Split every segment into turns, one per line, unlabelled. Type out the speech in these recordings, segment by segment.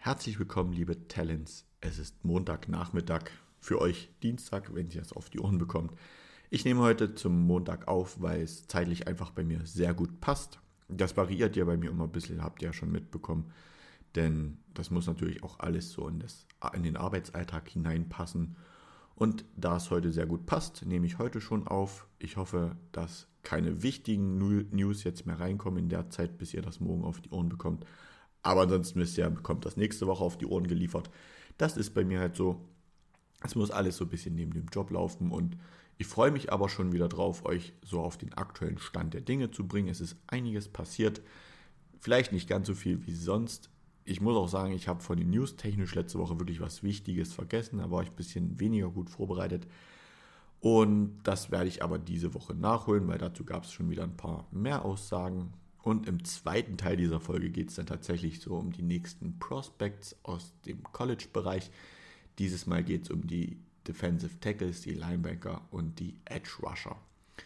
Herzlich willkommen, liebe Talents. Es ist Montagnachmittag, für euch Dienstag, wenn ihr es auf die Ohren bekommt. Ich nehme heute zum Montag auf, weil es zeitlich einfach bei mir sehr gut passt. Das variiert ja bei mir immer ein bisschen, habt ihr ja schon mitbekommen. Denn das muss natürlich auch alles so in den Arbeitsalltag hineinpassen. Und da es heute sehr gut passt, nehme ich heute schon auf. Ich hoffe, dass keine wichtigen News jetzt mehr reinkommen in der Zeit, bis ihr das morgen auf die Ohren bekommt. Aber ansonsten wisst ihr, bekommt das nächste Woche auf die Ohren geliefert. Das ist bei mir halt so. Es muss alles so ein bisschen neben dem Job laufen und ich freue mich aber schon wieder drauf, euch so auf den aktuellen Stand der Dinge zu bringen. Es ist einiges passiert. Vielleicht nicht ganz so viel wie sonst. Ich muss auch sagen, ich habe von den News technisch letzte Woche wirklich was Wichtiges vergessen. Da war ich ein bisschen weniger gut vorbereitet. Und das werde ich aber diese Woche nachholen, weil dazu gab es schon wieder ein paar mehr Aussagen. Und im zweiten Teil dieser Folge geht es dann tatsächlich so um die nächsten Prospects aus dem College-Bereich. Dieses Mal geht es um die Defensive Tackles, die Linebacker und die Edge Rusher.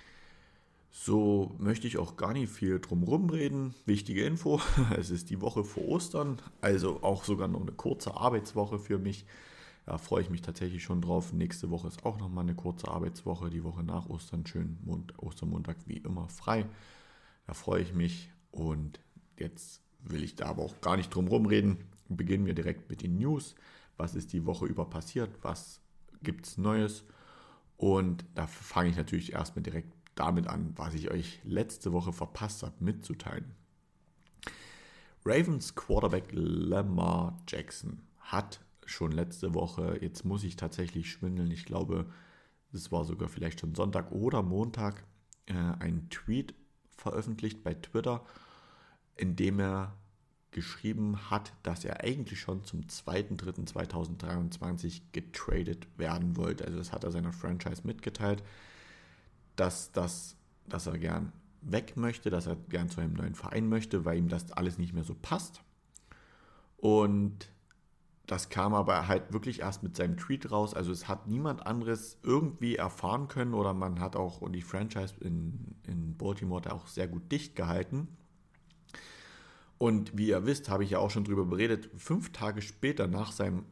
So möchte ich auch gar nicht viel drum rumreden. Wichtige Info, es ist die Woche vor Ostern, also auch sogar noch eine kurze Arbeitswoche für mich. Da freue ich mich tatsächlich schon drauf. Nächste Woche ist auch nochmal eine kurze Arbeitswoche. Die Woche nach Ostern schön Ostermontag wie immer frei. Da freue ich mich und jetzt will ich da aber auch gar nicht drum rumreden. Beginnen wir direkt mit den News. Was ist die Woche über passiert? Was gibt es Neues? Und da fange ich natürlich erstmal direkt damit an, was ich euch letzte Woche verpasst habe mitzuteilen. Ravens Quarterback Lamar Jackson hat schon letzte Woche, jetzt muss ich tatsächlich schwindeln, ich glaube, es war sogar vielleicht schon Sonntag oder Montag, einen Tweet veröffentlicht bei Twitter, in dem er geschrieben hat, dass er eigentlich schon zum 2.3.2023 getradet werden wollte. Also das hat er seiner Franchise mitgeteilt, dass er gern weg möchte, dass er gern zu einem neuen Verein möchte, weil ihm das alles nicht mehr so passt. Und das kam aber halt wirklich erst mit seinem Tweet raus. Also es hat niemand anderes irgendwie erfahren können oder man hat auch die Franchise in Baltimore da auch sehr gut dicht gehalten. Und wie ihr wisst, habe ich ja auch schon drüber beredet, 5 Tage später nach seinem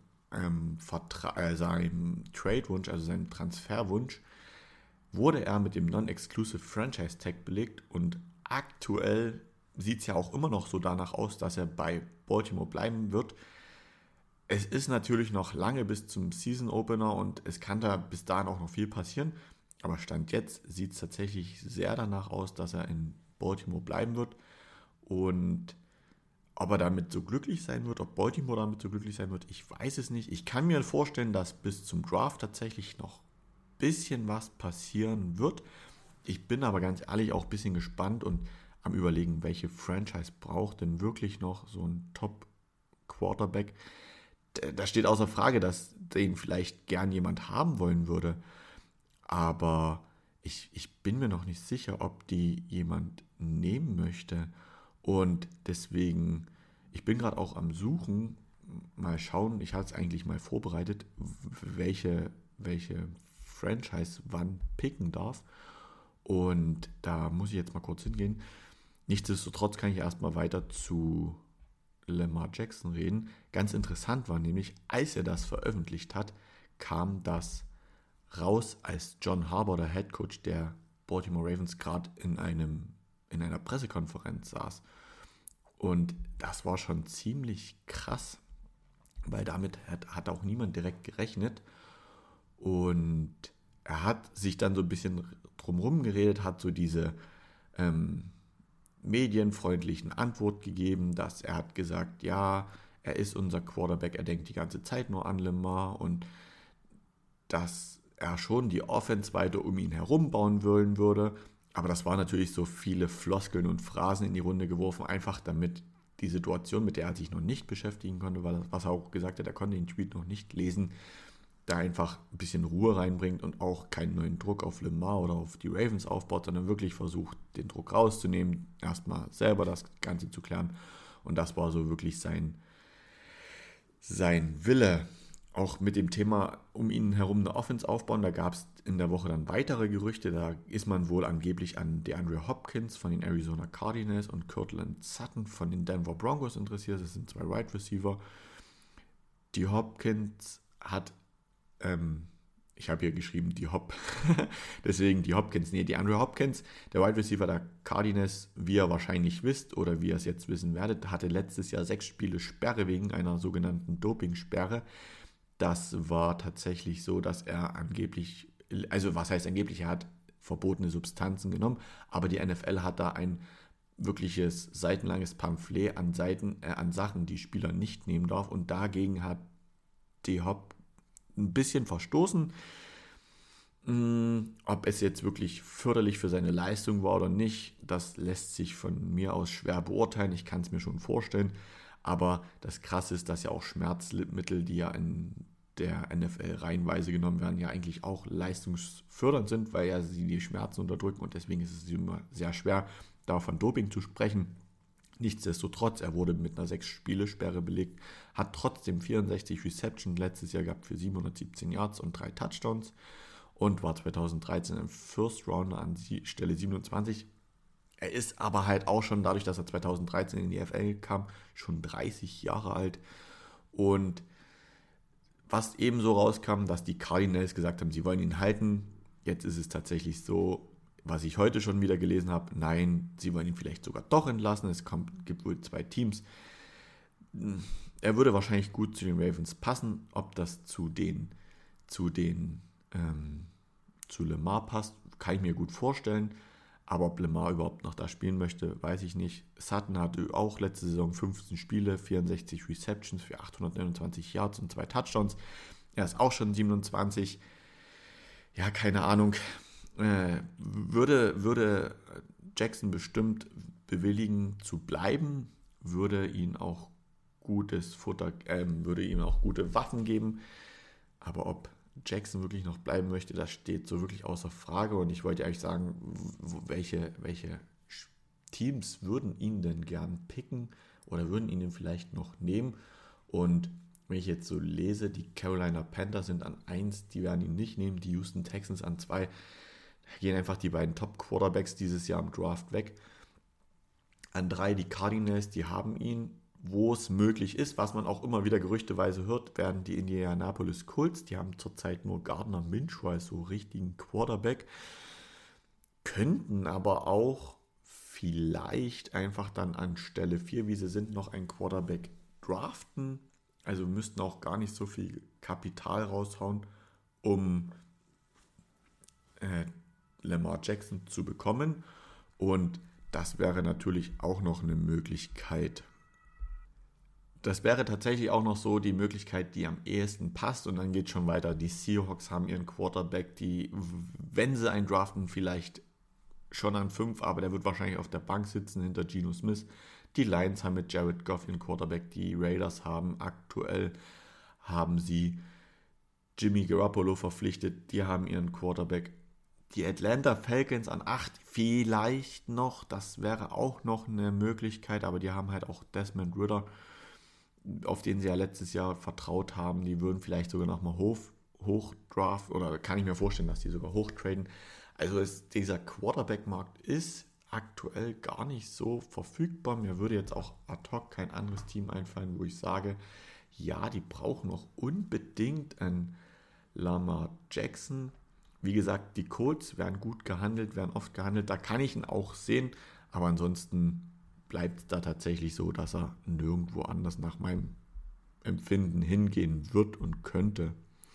seinem Trade-Wunsch, also seinem Transferwunsch, wurde er mit dem Non-Exclusive Franchise Tag belegt und aktuell sieht es ja auch immer noch so danach aus, dass er bei Baltimore bleiben wird. Es ist natürlich noch lange bis zum Season Opener und es kann da bis dahin auch noch viel passieren. Aber Stand jetzt sieht es tatsächlich sehr danach aus, dass er in Baltimore bleiben wird. Und ob er damit so glücklich sein wird, ob Baltimore damit so glücklich sein wird, ich weiß es nicht. Ich kann mir vorstellen, dass bis zum Draft tatsächlich noch ein bisschen was passieren wird. Ich bin aber ganz ehrlich auch ein bisschen gespannt und am Überlegen, welche Franchise braucht denn wirklich noch so einen Top-Quarterback. Da steht außer Frage, dass den vielleicht gern jemand haben wollen würde. Aber ich bin mir noch nicht sicher, ob die jemand nehmen möchte. Und deswegen, ich bin gerade auch am Suchen, mal schauen, ich hatte es eigentlich mal vorbereitet, welche Franchise wann picken darf. Und da muss ich jetzt mal kurz hingehen. Nichtsdestotrotz kann ich erstmal weiter zu Lamar Jackson reden. Ganz interessant war nämlich, als er das veröffentlicht hat, kam das raus, als John Harbaugh, der Head Coach der Baltimore Ravens, gerade in einer Pressekonferenz saß. Und das war schon ziemlich krass, weil damit hat auch niemand direkt gerechnet. Und er hat sich dann so ein bisschen drumherum geredet, hat so diese medienfreundlichen Antwort gegeben, dass er hat gesagt, ja, er ist unser Quarterback, er denkt die ganze Zeit nur an Lamar und dass er schon die Offense weiter um ihn herum bauen wollen würde. Aber das waren natürlich so viele Floskeln und Phrasen in die Runde geworfen, einfach damit die Situation, mit der er sich noch nicht beschäftigen konnte, weil was er auch gesagt hat, er konnte den Tweet noch nicht lesen, da einfach ein bisschen Ruhe reinbringt und auch keinen neuen Druck auf Lamar oder auf die Ravens aufbaut, sondern wirklich versucht, den Druck rauszunehmen, erstmal selber das Ganze zu klären. Und das war so wirklich sein Wille. Auch mit dem Thema um ihn herum eine Offense aufbauen, da gab es in der Woche dann weitere Gerüchte, da ist man wohl angeblich an DeAndre Hopkins von den Arizona Cardinals und Courtland Sutton von den Denver Broncos interessiert, das sind 2 Wide Receiver. Die Hopkins hat, ich habe hier geschrieben, die Hop, deswegen die Hopkins, nee, die Andrew Hopkins, der Wide Receiver der Cardinals, wie ihr wahrscheinlich wisst oder wie ihr es jetzt wissen werdet, hatte letztes Jahr 6 Spiele Sperre wegen einer sogenannten Dopingsperre. Das war tatsächlich so, dass er angeblich, also was heißt angeblich, er hat verbotene Substanzen genommen, aber die NFL hat da ein wirkliches seitenlanges Pamphlet an Sachen, die Spieler nicht nehmen darf, und dagegen hat die Hop ein bisschen verstoßen. Ob es jetzt wirklich förderlich für seine Leistung war oder nicht, das lässt sich von mir aus schwer beurteilen. Ich kann es mir schon vorstellen. Aber das Krasse ist, dass ja auch Schmerzmittel, die ja in der NFL reihenweise genommen werden, ja eigentlich auch leistungsfördernd sind, weil ja sie die Schmerzen unterdrücken, und deswegen ist es immer sehr schwer, da von Doping zu sprechen. Nichtsdestotrotz, er wurde mit einer 6-Spiele-Sperre belegt, hat trotzdem 64 Receptions letztes Jahr gehabt für 717 Yards und 3 Touchdowns und war 2013 im First Round an Stelle 27. Er ist aber halt auch schon, dadurch, dass er 2013 in die NFL kam, schon 30 Jahre alt. Und was ebenso rauskam, dass die Cardinals gesagt haben, sie wollen ihn halten. Jetzt ist es tatsächlich so, was ich heute schon wieder gelesen habe, nein, sie wollen ihn vielleicht sogar doch entlassen. Gibt wohl 2 Teams. Er würde wahrscheinlich gut zu den Ravens passen. Ob das zu Lamar passt, kann ich mir gut vorstellen. Aber ob Lamar überhaupt noch da spielen möchte, weiß ich nicht. Sutton hatte auch letzte Saison 15 Spiele, 64 Receptions für 829 Yards und 2 Touchdowns. Er ist auch schon 27. Ja, keine Ahnung. Würde Jackson bestimmt bewilligen zu bleiben, würde ihm auch gute Waffen geben. Aber ob Jackson wirklich noch bleiben möchte, das steht so wirklich außer Frage. Und ich wollte eigentlich sagen, welche Teams würden ihn denn gern picken oder würden ihn vielleicht noch nehmen? Und wenn ich jetzt so lese, die Carolina Panthers sind an 1, die werden ihn nicht nehmen, die Houston Texans an 2, da gehen einfach die beiden Top-Quarterbacks dieses Jahr im Draft weg. An 3 die Cardinals, die haben ihn, wo es möglich ist, was man auch immer wieder gerüchteweise hört, werden die Indianapolis Colts, die haben zurzeit nur Gardner Minshew als so richtigen Quarterback, könnten aber auch vielleicht einfach dann an Stelle 4, wie sie sind, noch einen Quarterback draften, also müssten auch gar nicht so viel Kapital raushauen, um Lamar Jackson zu bekommen, und das wäre natürlich auch noch eine Möglichkeit. Das wäre tatsächlich auch noch so die Möglichkeit, die am ehesten passt, und dann geht schon weiter. Die Seahawks haben ihren Quarterback, die, wenn sie einen draften, vielleicht schon an 5, aber der wird wahrscheinlich auf der Bank sitzen hinter Geno Smith. Die Lions haben mit Jared Goff ihren Quarterback, die Raiders haben sie Jimmy Garoppolo verpflichtet, die haben ihren Quarterback. Die Atlanta Falcons an 8 vielleicht noch, das wäre auch noch eine Möglichkeit, aber die haben halt auch Desmond Ridder, auf den sie ja letztes Jahr vertraut haben. Die würden vielleicht sogar nochmal hochdraft, oder kann ich mir vorstellen, dass die sogar hochtraden. Also dieser Quarterback-Markt ist aktuell gar nicht so verfügbar. Mir würde jetzt auch ad hoc kein anderes Team einfallen, wo ich sage, ja, die brauchen auch unbedingt einen Lamar Jackson. Wie gesagt, die Colts werden oft gehandelt, da kann ich ihn auch sehen, aber ansonsten bleibt es da tatsächlich so, dass er nirgendwo anders nach meinem Empfinden hingehen wird und könnte.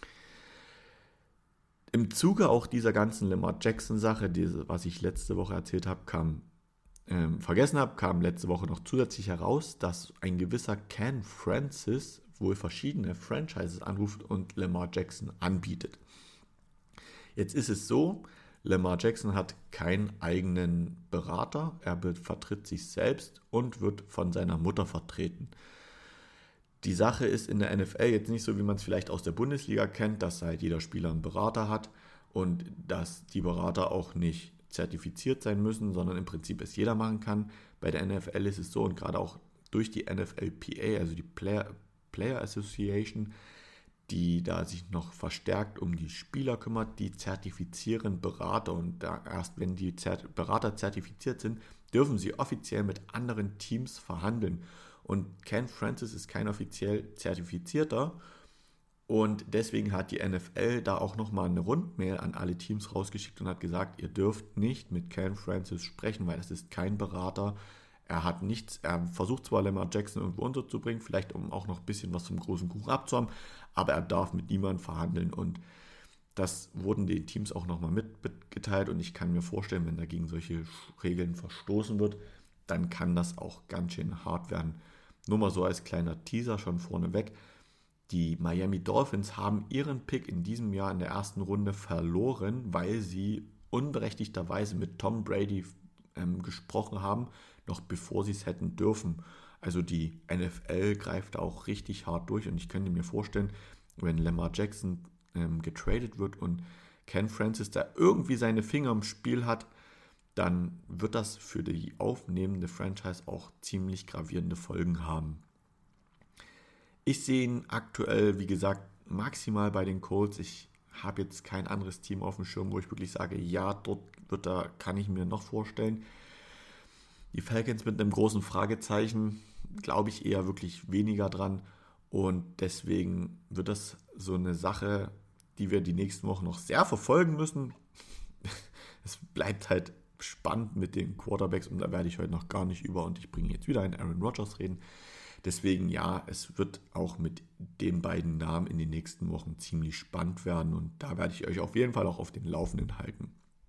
Im Zuge auch dieser ganzen Lamar Jackson-Sache, was ich letzte Woche erzählt habe, kam letzte Woche noch zusätzlich heraus, dass ein gewisser Ken Francis wohl verschiedene Franchises anruft und Lamar Jackson anbietet. Jetzt ist es so, Lamar Jackson hat keinen eigenen Berater, er vertritt sich selbst und wird von seiner Mutter vertreten. Die Sache ist in der NFL jetzt nicht so, wie man es vielleicht aus der Bundesliga kennt, dass halt jeder Spieler einen Berater hat und dass die Berater auch nicht zertifiziert sein müssen, sondern im Prinzip es jeder machen kann. Bei der NFL ist es so, und gerade auch durch die NFLPA, also die Player Association, die da sich noch verstärkt um die Spieler kümmert, die zertifizieren Berater, und da erst wenn die Berater zertifiziert sind, dürfen sie offiziell mit anderen Teams verhandeln. Und Ken Francis ist kein offiziell Zertifizierter. Und deswegen hat die NFL da auch nochmal eine Rundmail an alle Teams rausgeschickt und hat gesagt, ihr dürft nicht mit Ken Francis sprechen, weil das ist kein Berater. Er hat nichts, er versucht zwar Lamar Jackson irgendwo unterzubringen, vielleicht um auch noch ein bisschen was vom großen Kuchen abzuhaben, aber er darf mit niemandem verhandeln und das wurden den Teams auch nochmal mitgeteilt und ich kann mir vorstellen, wenn dagegen solche Regeln verstoßen wird, dann kann das auch ganz schön hart werden. Nur mal so als kleiner Teaser schon vorneweg. Die Miami Dolphins haben ihren Pick in diesem Jahr in der ersten Runde verloren, weil sie unberechtigterweise mit Tom Brady gesprochen haben, noch bevor sie es hätten dürfen. Also die NFL greift auch richtig hart durch und ich könnte mir vorstellen, wenn Lamar Jackson getradet wird und Ken Francis da irgendwie seine Finger im Spiel hat, dann wird das für die aufnehmende Franchise auch ziemlich gravierende Folgen haben. Ich sehe ihn aktuell, wie gesagt, maximal bei den Colts. Ich habe jetzt kein anderes Team auf dem Schirm, wo ich wirklich sage, ja, kann ich mir noch vorstellen. Die Falcons mit einem großen Fragezeichen, glaube ich eher wirklich weniger dran. Und deswegen wird das so eine Sache, die wir die nächsten Wochen noch sehr verfolgen müssen. Es bleibt halt spannend mit den Quarterbacks und da werde ich heute noch gar nicht über und ich bringe jetzt wieder einen Aaron Rodgers reden. Deswegen ja, es wird auch mit den beiden Namen in den nächsten Wochen ziemlich spannend werden und da werde ich euch auf jeden Fall auch auf den Laufenden halten.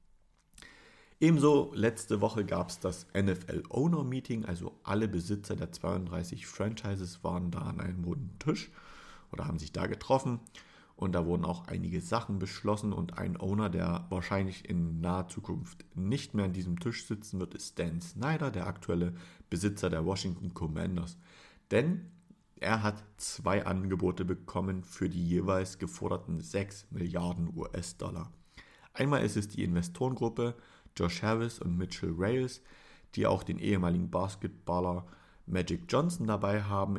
Ebenso letzte Woche gab es das NFL Owner Meeting, also alle Besitzer der 32 Franchises waren da an einem runden Tisch oder haben sich da getroffen. Und da wurden auch einige Sachen beschlossen und ein Owner, der wahrscheinlich in naher Zukunft nicht mehr an diesem Tisch sitzen wird, ist Dan Snyder, der aktuelle Besitzer der Washington Commanders. Denn er hat 2 Angebote bekommen für die jeweils geforderten 6 Milliarden US-Dollar. Einmal ist es die Investorengruppe Josh Harris und Mitchell Reyes, die auch den ehemaligen Basketballer Magic Johnson dabei haben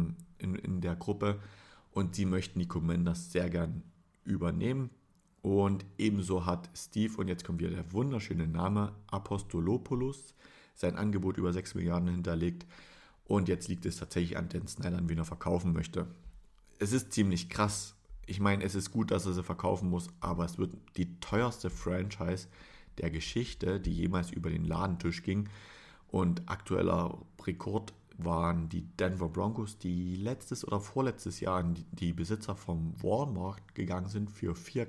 in der Gruppe. Und sie möchten die Commanders sehr gern übernehmen. Und ebenso hat Steve, und jetzt kommt wieder der wunderschöne Name, Apostolopoulos, sein Angebot über 6 Milliarden hinterlegt. Und jetzt liegt es tatsächlich an Dan Snyder, wen er verkaufen möchte. Es ist ziemlich krass. Ich meine, es ist gut, dass er sie verkaufen muss, aber es wird die teuerste Franchise der Geschichte, die jemals über den Ladentisch ging. Und aktueller Rekord waren die Denver Broncos, die letztes oder vorletztes Jahr an die Besitzer vom Walmart gegangen sind für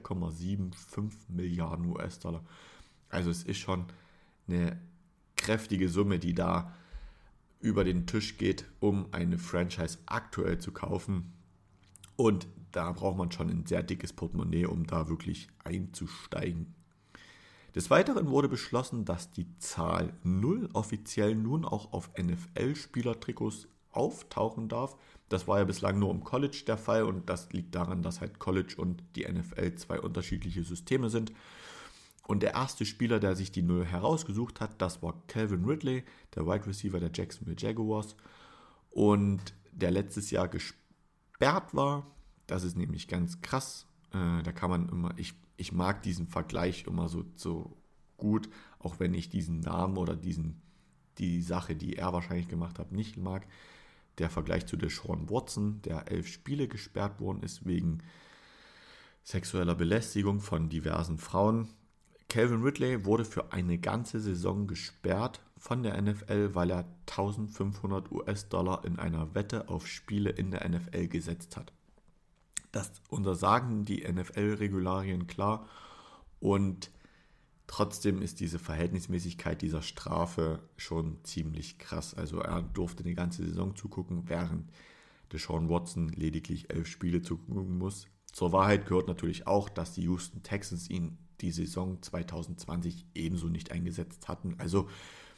4,75 Milliarden US-Dollar. Also es ist schon eine kräftige Summe, die da über den Tisch geht, um eine Franchise aktuell zu kaufen. Und da braucht man schon ein sehr dickes Portemonnaie, um da wirklich einzusteigen. Des Weiteren wurde beschlossen, dass die Zahl 0 offiziell nun auch auf NFL-Spielertrikots auftauchen darf. Das war ja bislang nur im College der Fall und das liegt daran, dass halt College und die NFL 2 unterschiedliche Systeme sind. Und der erste Spieler, der sich die 0 herausgesucht hat, das war Calvin Ridley, der Wide Receiver der Jacksonville Jaguars und der letztes Jahr gesperrt war. Das ist nämlich ganz krass. Da kann man immer, ich mag diesen Vergleich immer so gut, auch wenn ich diesen Namen oder die Sache, die er wahrscheinlich gemacht hat, nicht mag. Der Vergleich zu Deshaun Watson, der 11 Spiele gesperrt worden ist wegen sexueller Belästigung von diversen Frauen. Calvin Ridley wurde für eine ganze Saison gesperrt von der NFL, weil er 1500 US-Dollar in einer Wette auf Spiele in der NFL gesetzt hat. Das untersagen die NFL-Regularien klar und trotzdem ist diese Verhältnismäßigkeit dieser Strafe schon ziemlich krass. Also er durfte eine ganze Saison zugucken, während Deshaun Watson lediglich 11 Spiele zugucken muss. Zur Wahrheit gehört natürlich auch, dass die Houston Texans ihn die Saison 2020 ebenso nicht eingesetzt hatten. Also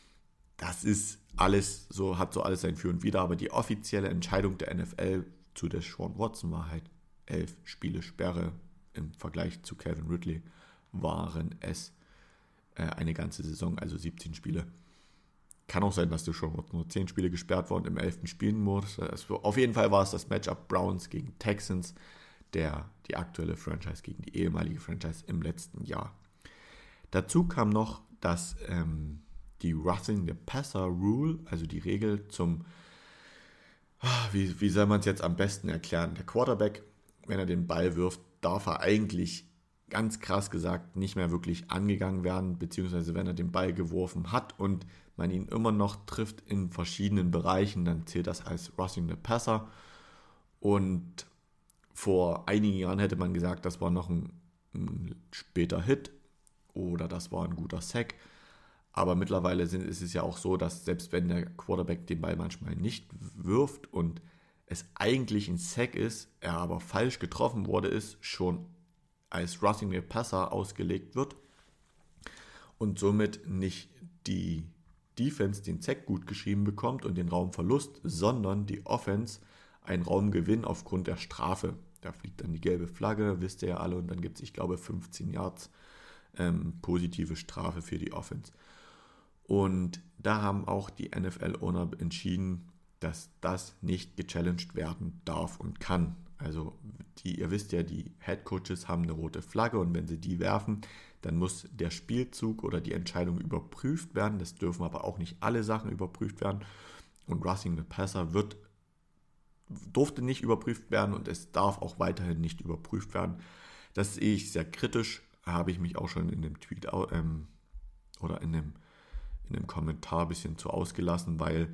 das ist alles so, hat so alles sein Für und Wider, aber die offizielle Entscheidung der NFL zu Deshaun Watson war halt 11 Spiele Sperre. Im Vergleich zu Calvin Ridley waren es eine ganze Saison, also 17 Spiele. Kann auch sein, dass Deshaun Watson nur 10 Spiele gesperrt war und im 11. spielen muss. Auf jeden Fall war es das Matchup Browns gegen Texans, die aktuelle Franchise gegen die ehemalige Franchise im letzten Jahr. Dazu kam noch, dass die Roughing the Passer Rule, also die Regel zum Wie soll man es jetzt am besten erklären? Der Quarterback, wenn er den Ball wirft, darf er eigentlich ganz krass gesagt nicht mehr wirklich angegangen werden, beziehungsweise wenn er den Ball geworfen hat und man ihn immer noch trifft in verschiedenen Bereichen, dann zählt das als Rushing the Passer. Und vor einigen Jahren hätte man gesagt, das war noch ein später Hit oder das war ein guter Sack. Aber mittlerweile ist es ja auch so, dass selbst wenn der Quarterback den Ball manchmal nicht wirft und es eigentlich ein Sack ist, er aber falsch getroffen wurde, ist schon als Rushing the Passer ausgelegt wird und somit nicht die Defense den Sack gut geschrieben bekommt und den Raumverlust, sondern die Offense einen Raumgewinn aufgrund der Strafe. Da fliegt dann die gelbe Flagge, wisst ihr ja alle, und dann gibt es, ich glaube, 15 Yards positive Strafe für die Offense. Und da haben auch die NFL-Owner entschieden, dass das nicht gechallenged werden darf und kann. Also ihr wisst ja, die Head Coaches haben eine rote Flagge und wenn sie die werfen, dann muss der Spielzug oder die Entscheidung überprüft werden. Das dürfen aber auch nicht alle Sachen überprüft werden. Und Rushing the Passer durfte nicht überprüft werden und es darf auch weiterhin nicht überprüft werden. Das sehe ich sehr kritisch. Habe ich mich auch schon in dem Tweet oder in dem Kommentar ein bisschen zu ausgelassen, weil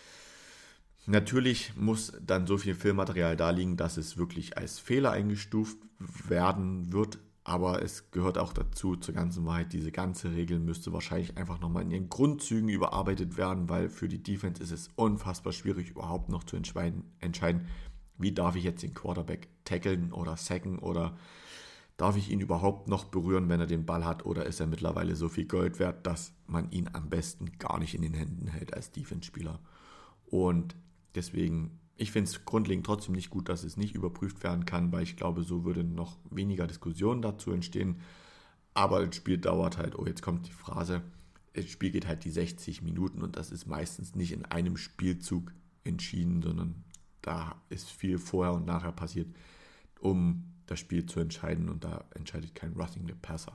natürlich muss dann so viel Filmmaterial da liegen, dass es wirklich als Fehler eingestuft werden wird, aber es gehört auch dazu, zur ganzen Wahrheit, diese ganze Regel müsste wahrscheinlich einfach nochmal in ihren Grundzügen überarbeitet werden, weil für die Defense ist es unfassbar schwierig, überhaupt noch zu entscheiden, wie darf ich jetzt den Quarterback tackeln oder sacken oder darf ich ihn überhaupt noch berühren, wenn er den Ball hat, oder ist er mittlerweile so viel Gold wert, dass man ihn am besten gar nicht in den Händen hält als Defense-Spieler. Und deswegen, ich finde es grundlegend trotzdem nicht gut, dass es nicht überprüft werden kann, weil ich glaube, so würde noch weniger Diskussion dazu entstehen. Aber das Spiel dauert halt, jetzt kommt die Phrase, das Spiel geht halt die 60 Minuten und das ist meistens nicht in einem Spielzug entschieden, sondern da ist viel vorher und nachher passiert, um das Spiel zu entscheiden und da entscheidet kein Rushing the Passer.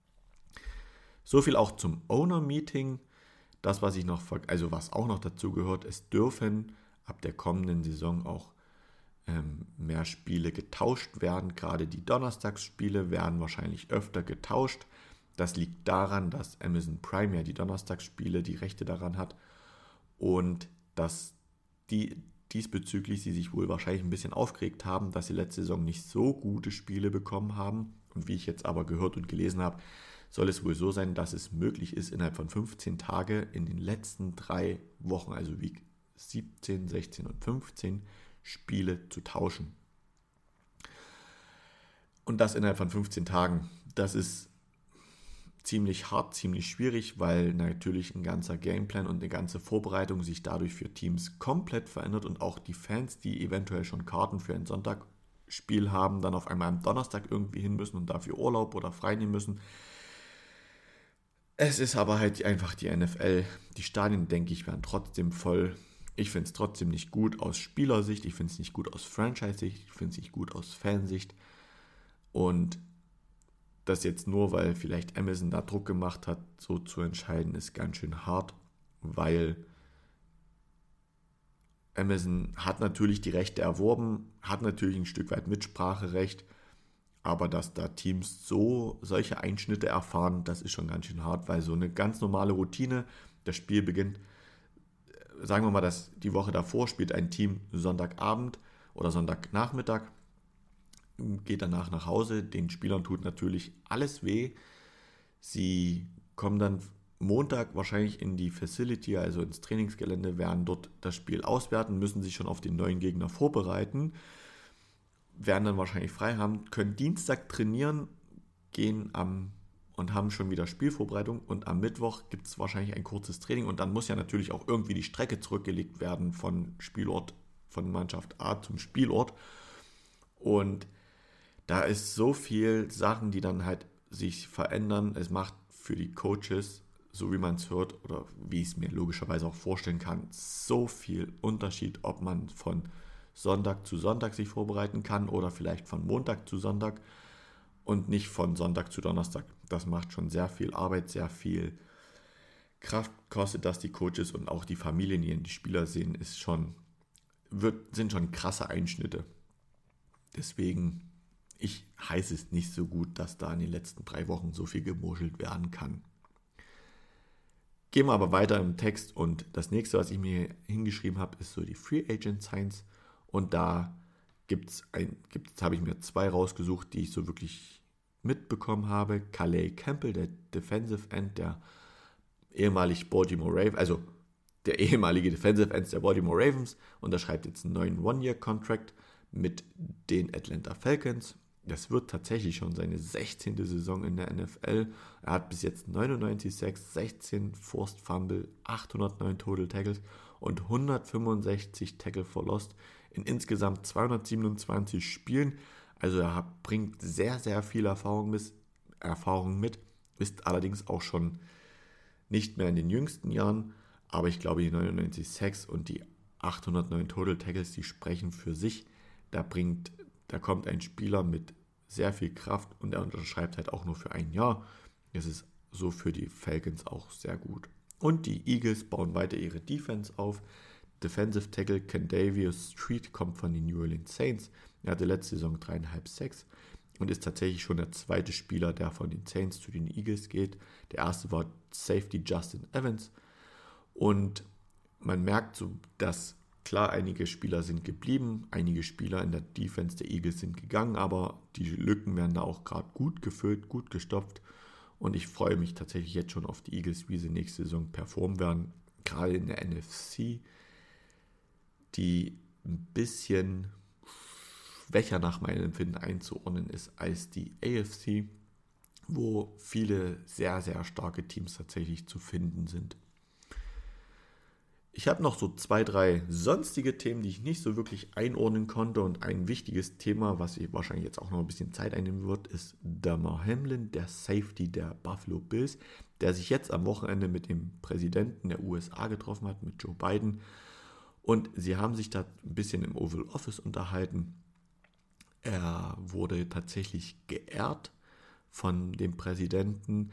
So viel auch zum Owner-Meeting. Das, was auch noch dazu gehört, es dürfen ab der kommenden Saison auch mehr Spiele getauscht werden. Gerade die Donnerstagsspiele werden wahrscheinlich öfter getauscht. Das liegt daran, dass Amazon Prime ja die Donnerstagsspiele die Rechte daran hat und dass diesbezüglich sie sich wohl wahrscheinlich ein bisschen aufgeregt haben, dass sie letzte Saison nicht so gute Spiele bekommen haben. Und wie ich jetzt aber gehört und gelesen habe, soll es wohl so sein, dass es möglich ist, innerhalb von 15 Tagen in den letzten 3 Wochen, also Week 17, 16 und 15, Spiele zu tauschen. Und das innerhalb von 15 Tagen. Das ist ziemlich hart, ziemlich schwierig, weil natürlich ein ganzer Gameplan und eine ganze Vorbereitung sich dadurch für Teams komplett verändert und auch die Fans, die eventuell schon Karten für ein Sonntagspiel haben, dann auf einmal am Donnerstag irgendwie hin müssen und dafür Urlaub oder frei nehmen müssen. Es ist aber halt einfach die NFL. Die Stadien, denke ich, werden trotzdem voll. Ich finde es trotzdem nicht gut aus Spielersicht, ich finde es nicht gut aus Franchise-Sicht, ich finde es nicht gut aus Fansicht. Und das jetzt nur, weil vielleicht Amazon da Druck gemacht hat, so zu entscheiden, ist ganz schön hart, weil Amazon hat natürlich die Rechte erworben, hat natürlich ein Stück weit Mitspracherecht, aber dass da Teams solche Einschnitte erfahren, das ist schon ganz schön hart, weil so eine ganz normale Routine, das Spiel beginnt, sagen wir mal, dass die Woche davor spielt ein Team Sonntagabend oder Sonntagnachmittag, geht danach nach Hause, den Spielern tut natürlich alles weh. Sie kommen dann Montag wahrscheinlich in die Facility, also ins Trainingsgelände, werden dort das Spiel auswerten, müssen sich schon auf den neuen Gegner vorbereiten, werden dann wahrscheinlich frei haben, können Dienstag trainieren, und haben schon wieder Spielvorbereitung und am Mittwoch gibt es wahrscheinlich ein kurzes Training und dann muss ja natürlich auch irgendwie die Strecke zurückgelegt werden von Mannschaft A zum Spielort und da ist so viel Sachen, die dann halt sich verändern. Es macht für die Coaches, so wie man es hört oder wie ich es mir logischerweise auch vorstellen kann, so viel Unterschied, ob man von Sonntag zu Sonntag sich vorbereiten kann oder vielleicht von Montag zu Sonntag und nicht von Sonntag zu Donnerstag. Das macht schon sehr viel Arbeit, sehr viel Kraft kostet das die Coaches und auch die Familien, die die Spieler sehen, ist schon sind schon krasse Einschnitte. Deswegen, ich heiße es nicht so gut, dass da in den letzten 3 Wochen so viel gemurschelt werden kann. Gehen wir aber weiter im Text und das nächste, was ich mir hingeschrieben habe, ist so die Free Agent Signs. Und da habe ich mir 2 rausgesucht, die ich so wirklich mitbekommen habe. Calais Campbell, der Defensive End der ehemalige Defensive End der Baltimore Ravens, unterschreibt jetzt einen neuen One-Year-Contract mit den Atlanta Falcons. Das wird tatsächlich schon seine 16. Saison in der NFL. Er hat bis jetzt 99 Sacks, 16 Forced Fumble, 809 Total Tackles und 165 Tackle for Lost in insgesamt 227 Spielen. Also er bringt sehr, sehr viel Erfahrung mit, ist allerdings auch schon nicht mehr in den jüngsten Jahren. Aber ich glaube, die 99 Sacks und die 809 Total Tackles, die sprechen für sich. Da kommt ein Spieler mit sehr viel Kraft und er unterschreibt halt auch nur für 1 Jahr. Das ist so für die Falcons auch sehr gut. Und die Eagles bauen weiter ihre Defense auf. Defensive Tackle Kendavius Street kommt von den New Orleans Saints. Er hatte letzte Saison 3,5 Sacks und ist tatsächlich schon der zweite Spieler, der von den Saints zu den Eagles geht. Der erste war Safety Justin Evans. Und man merkt so, dass klar, einige Spieler sind geblieben, einige Spieler in der Defense der Eagles sind gegangen, aber die Lücken werden da auch gerade gut gefüllt, gut gestopft. Und ich freue mich tatsächlich jetzt schon auf die Eagles, wie sie nächste Saison performen werden. Gerade in der NFC, die ein bisschen schwächer nach meinem Empfinden einzuordnen ist als die AFC, wo viele sehr, sehr starke Teams tatsächlich zu finden sind. Ich habe noch so 2, 3 sonstige Themen, die ich nicht so wirklich einordnen konnte. Und ein wichtiges Thema, was wahrscheinlich jetzt auch noch ein bisschen Zeit einnehmen wird, ist Damar Hamlin, der Safety der Buffalo Bills, der sich jetzt am Wochenende mit dem Präsidenten der USA getroffen hat, mit Joe Biden. Und sie haben sich da ein bisschen im Oval Office unterhalten. Er wurde tatsächlich geehrt von dem Präsidenten,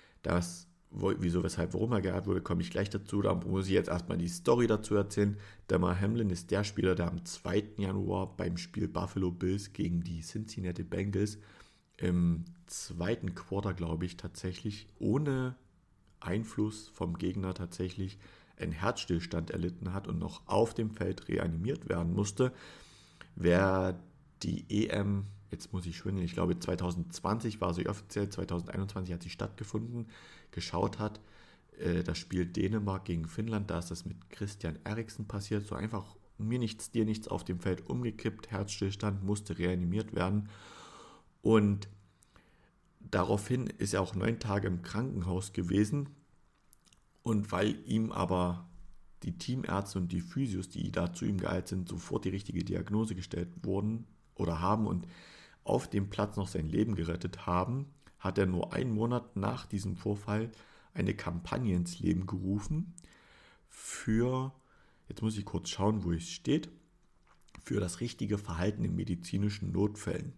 wieso, weshalb, warum er geehrt wurde, komme ich gleich dazu. Da muss ich jetzt erstmal die Story dazu erzählen. Damar Hamlin ist der Spieler, der am 2. Januar beim Spiel Buffalo Bills gegen die Cincinnati Bengals im 2. Quarter, glaube ich, tatsächlich ohne Einfluss vom Gegner tatsächlich einen Herzstillstand erlitten hat und noch auf dem Feld reanimiert werden musste. Wer die EM, jetzt muss ich schwindeln, ich glaube 2020 war sie offiziell, 2021 hat sie stattgefunden, geschaut hat, das Spiel Dänemark gegen Finnland, da ist das mit Christian Eriksen passiert, so einfach mir nichts, dir nichts auf dem Feld umgekippt, Herzstillstand, musste reanimiert werden und daraufhin ist er auch 9 Tage im Krankenhaus gewesen und weil ihm aber die Teamärzte und die Physios, die da zu ihm geeilt sind, sofort die richtige Diagnose gestellt wurden oder haben und auf dem Platz noch sein Leben gerettet haben, hat er nur 1 Monat nach diesem Vorfall eine Kampagne ins Leben gerufen für, jetzt muss ich kurz schauen, wo es steht, für das richtige Verhalten in medizinischen Notfällen.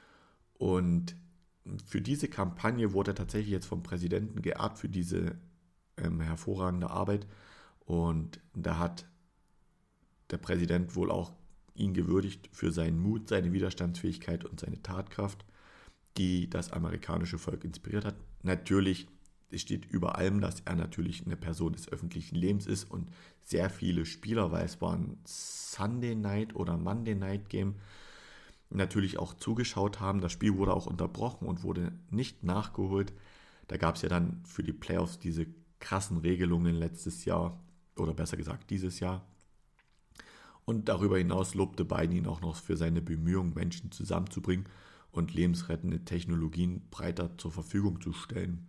Und für diese Kampagne wurde er tatsächlich jetzt vom Präsidenten geehrt für diese hervorragende Arbeit. Und da hat der Präsident wohl auch ihn gewürdigt für seinen Mut, seine Widerstandsfähigkeit und seine Tatkraft, die das amerikanische Volk inspiriert hat. Natürlich, es steht über allem, dass er natürlich eine Person des öffentlichen Lebens ist und sehr viele Spieler, weil es war ein Sunday Night oder Monday Night Game, natürlich auch zugeschaut haben. Das Spiel wurde auch unterbrochen und wurde nicht nachgeholt. Da gab es ja dann für die Playoffs diese krassen Regelungen letztes Jahr oder besser gesagt dieses Jahr. Und darüber hinaus lobte Biden ihn auch noch für seine Bemühungen, Menschen zusammenzubringen und lebensrettende Technologien breiter zur Verfügung zu stellen.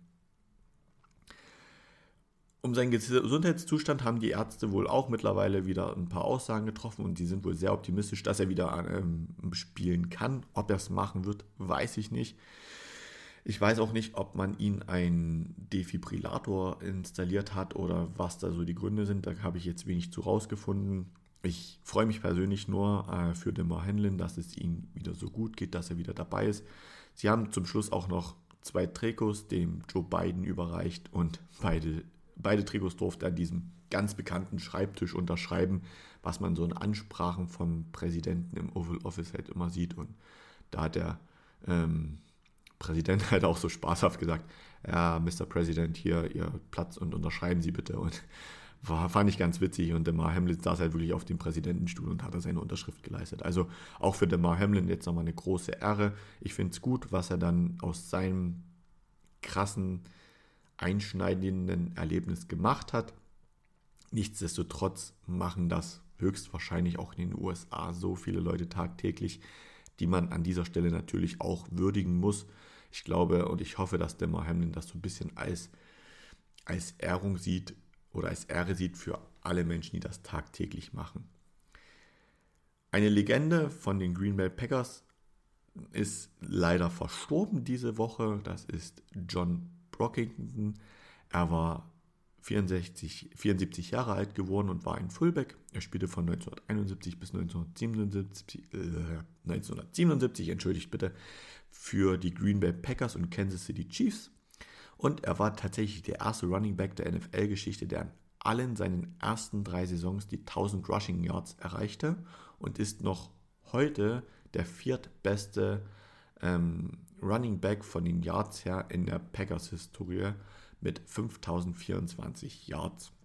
Um seinen Gesundheitszustand haben die Ärzte wohl auch mittlerweile wieder ein paar Aussagen getroffen und die sind wohl sehr optimistisch, dass er wieder spielen kann. Ob er es machen wird, weiß ich nicht. Ich weiß auch nicht, ob man ihn einen Defibrillator installiert hat oder was da so die Gründe sind. Da habe ich jetzt wenig zu rausgefunden. Ich freue mich persönlich nur für Damar Hamlin, dass es ihm wieder so gut geht, dass er wieder dabei ist. Sie haben zum Schluss auch noch 2 Trikots dem Joe Biden überreicht und beide beide Trikots durfte er an diesem ganz bekannten Schreibtisch unterschreiben, was man so in Ansprachen vom Präsidenten im Oval Office halt immer sieht. Und da hat der Präsident halt auch so spaßhaft gesagt, ja, Mr. President, hier Ihr Platz und unterschreiben Sie bitte. Und fand ich ganz witzig. Und Damar Hamlin saß halt wirklich auf dem Präsidentenstuhl und hat da seine Unterschrift geleistet. Also auch für Damar Hamlin jetzt nochmal eine große Ehre. Ich finde es gut, was er dann aus seinem krassen, einschneidenden Erlebnis gemacht hat. Nichtsdestotrotz machen das höchstwahrscheinlich auch in den USA so viele Leute tagtäglich, die man an dieser Stelle natürlich auch würdigen muss. Ich glaube und ich hoffe, dass Damar Hamlin das so ein bisschen als Ehrung sieht oder als Ehre sieht für alle Menschen, die das tagtäglich machen. Eine Legende von den Green Bay Packers ist leider verstorben diese Woche. Das ist John Brockington. Er war 74 Jahre alt geworden und war ein Fullback. Er spielte von 1971 bis 1977, entschuldigt bitte, für die Green Bay Packers und Kansas City Chiefs. Und er war tatsächlich der erste Running Back der NFL-Geschichte, der an allen seinen ersten 3 Saisons die 1000 Rushing Yards erreichte und ist noch heute der viertbeste Running Back von den Yards her in der Packers-Historie mit 5024 Yards.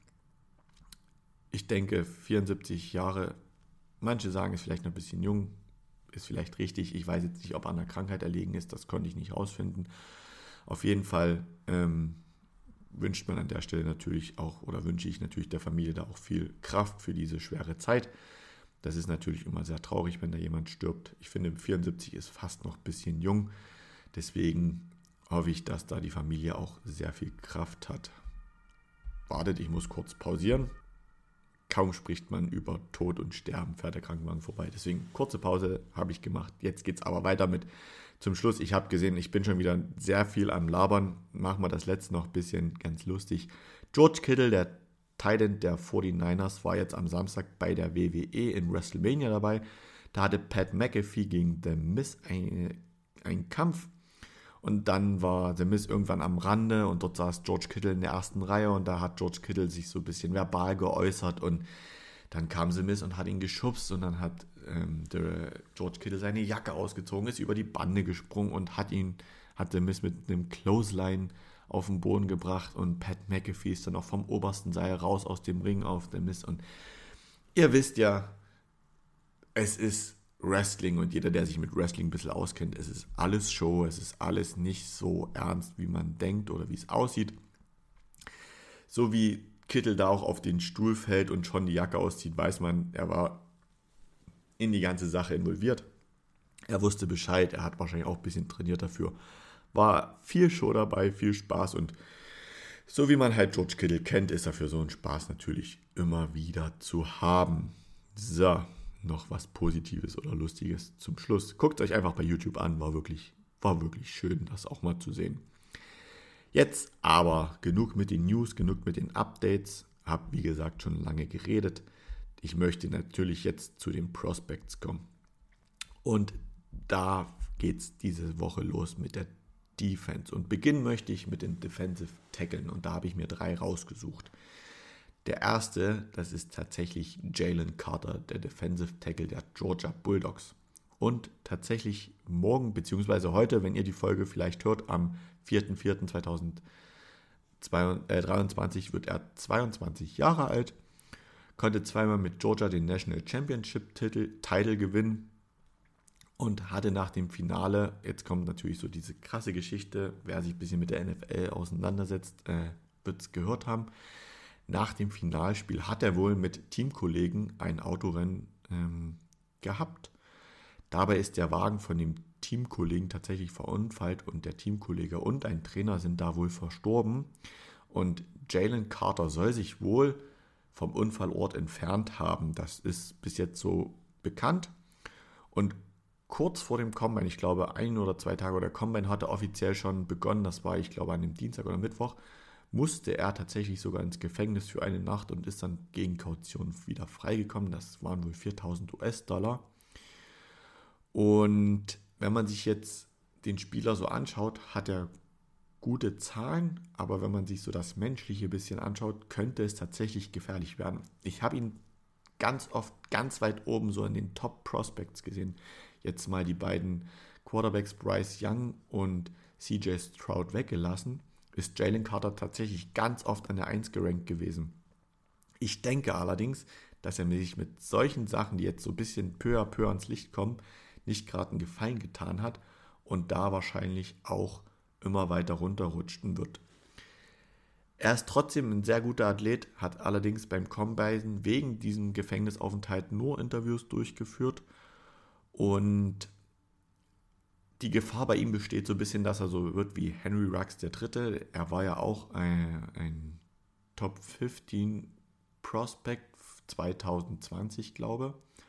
Ich denke, 74 Jahre, manche sagen, ist vielleicht noch ein bisschen jung, ist vielleicht richtig. Ich weiß jetzt nicht, ob er an einer Krankheit erlegen ist, das konnte ich nicht rausfinden. Auf jeden Fall wünscht man an der Stelle natürlich auch, oder wünsche ich natürlich der Familie da auch viel Kraft für diese schwere Zeit. Das ist natürlich immer sehr traurig, wenn da jemand stirbt. Ich finde, 74 ist fast noch ein bisschen jung. Deswegen hoffe ich, dass da die Familie auch sehr viel Kraft hat. Wartet, ich muss kurz pausieren. Kaum spricht man über Tod und Sterben, fährt der Krankenwagen vorbei. Deswegen kurze Pause habe ich gemacht. Jetzt geht es aber weiter mit zum Schluss. Ich habe gesehen, ich bin schon wieder sehr viel am Labern. Machen wir das letzte noch ein bisschen ganz lustig. George Kittle, der Tight End der 49ers, war jetzt am Samstag bei der WWE in WrestleMania dabei. Da hatte Pat McAfee gegen The Miz einen Kampf. Und dann war The Miz irgendwann am Rande und dort saß George Kittle in der ersten Reihe und da hat George Kittle sich so ein bisschen verbal geäußert und dann kam The Miz und hat ihn geschubst und dann hat George Kittle seine Jacke ausgezogen, ist über die Bande gesprungen und hat The Miz mit einem Clothesline auf den Boden gebracht und Pat McAfee ist dann auch vom obersten Seil raus aus dem Ring auf The Miz und ihr wisst ja, es ist Wrestling und jeder, der sich mit Wrestling ein bisschen auskennt, es ist alles Show, es ist alles nicht so ernst, wie man denkt oder wie es aussieht. So wie Kittel da auch auf den Stuhl fällt und schon die Jacke auszieht, weiß man, er war in die ganze Sache involviert. Er wusste Bescheid, er hat wahrscheinlich auch ein bisschen trainiert dafür. War viel Show dabei, viel Spaß und so wie man halt George Kittle kennt, ist er für so einen Spaß natürlich immer wieder zu haben. So. Noch was Positives oder Lustiges zum Schluss. Guckt euch einfach bei YouTube an, war wirklich schön, das auch mal zu sehen. Jetzt aber genug mit den News, genug mit den Updates. Hab wie gesagt schon lange geredet. Ich möchte natürlich jetzt zu den Prospects kommen. Und da geht es diese Woche los mit der Defense. Und beginnen möchte ich mit den Defensive Tackeln. Und da habe ich mir 3 rausgesucht. Der erste, das ist tatsächlich Jalen Carter, der Defensive Tackle der Georgia Bulldogs. Und tatsächlich morgen bzw. heute, wenn ihr die Folge vielleicht hört, am 4.4.2023 wird er 22 Jahre alt, konnte zweimal mit Georgia den National Championship Title gewinnen und hatte nach dem Finale, jetzt kommt natürlich so diese krasse Geschichte, wer sich ein bisschen mit der NFL auseinandersetzt, wird es gehört haben. Nach dem Finalspiel hat er wohl mit Teamkollegen ein Autorennen gehabt. Dabei ist der Wagen von dem Teamkollegen tatsächlich verunfallt und der Teamkollege und ein Trainer sind da wohl verstorben. Und Jalen Carter soll sich wohl vom Unfallort entfernt haben. Das ist bis jetzt so bekannt. Und kurz vor dem Combine, ich glaube 1 oder 2 Tage, der Combine hatte offiziell schon begonnen, das war ich glaube an dem Dienstag oder Mittwoch, musste er tatsächlich sogar ins Gefängnis für eine Nacht und ist dann gegen Kaution wieder freigekommen. Das waren wohl 4.000 US-Dollar. Und wenn man sich jetzt den Spieler so anschaut, hat er gute Zahlen, aber wenn man sich so das Menschliche ein bisschen anschaut, könnte es tatsächlich gefährlich werden. Ich habe ihn ganz oft ganz weit oben so in den Top Prospects gesehen. Jetzt mal die beiden Quarterbacks Bryce Young und CJ Stroud weggelassen, ist Jalen Carter tatsächlich ganz oft an der 1 gerankt gewesen. Ich denke allerdings, dass er sich mit solchen Sachen, die jetzt so ein bisschen peu à peu ans Licht kommen, nicht gerade einen Gefallen getan hat und da wahrscheinlich auch immer weiter runterrutschen wird. Er ist trotzdem ein sehr guter Athlet, hat allerdings beim Combine wegen diesem Gefängnisaufenthalt nur Interviews durchgeführt und die Gefahr bei ihm besteht so ein bisschen, dass er so wird wie Henry Ruggs III. Er war ja auch ein Top 15 Prospect 2020, glaube ich,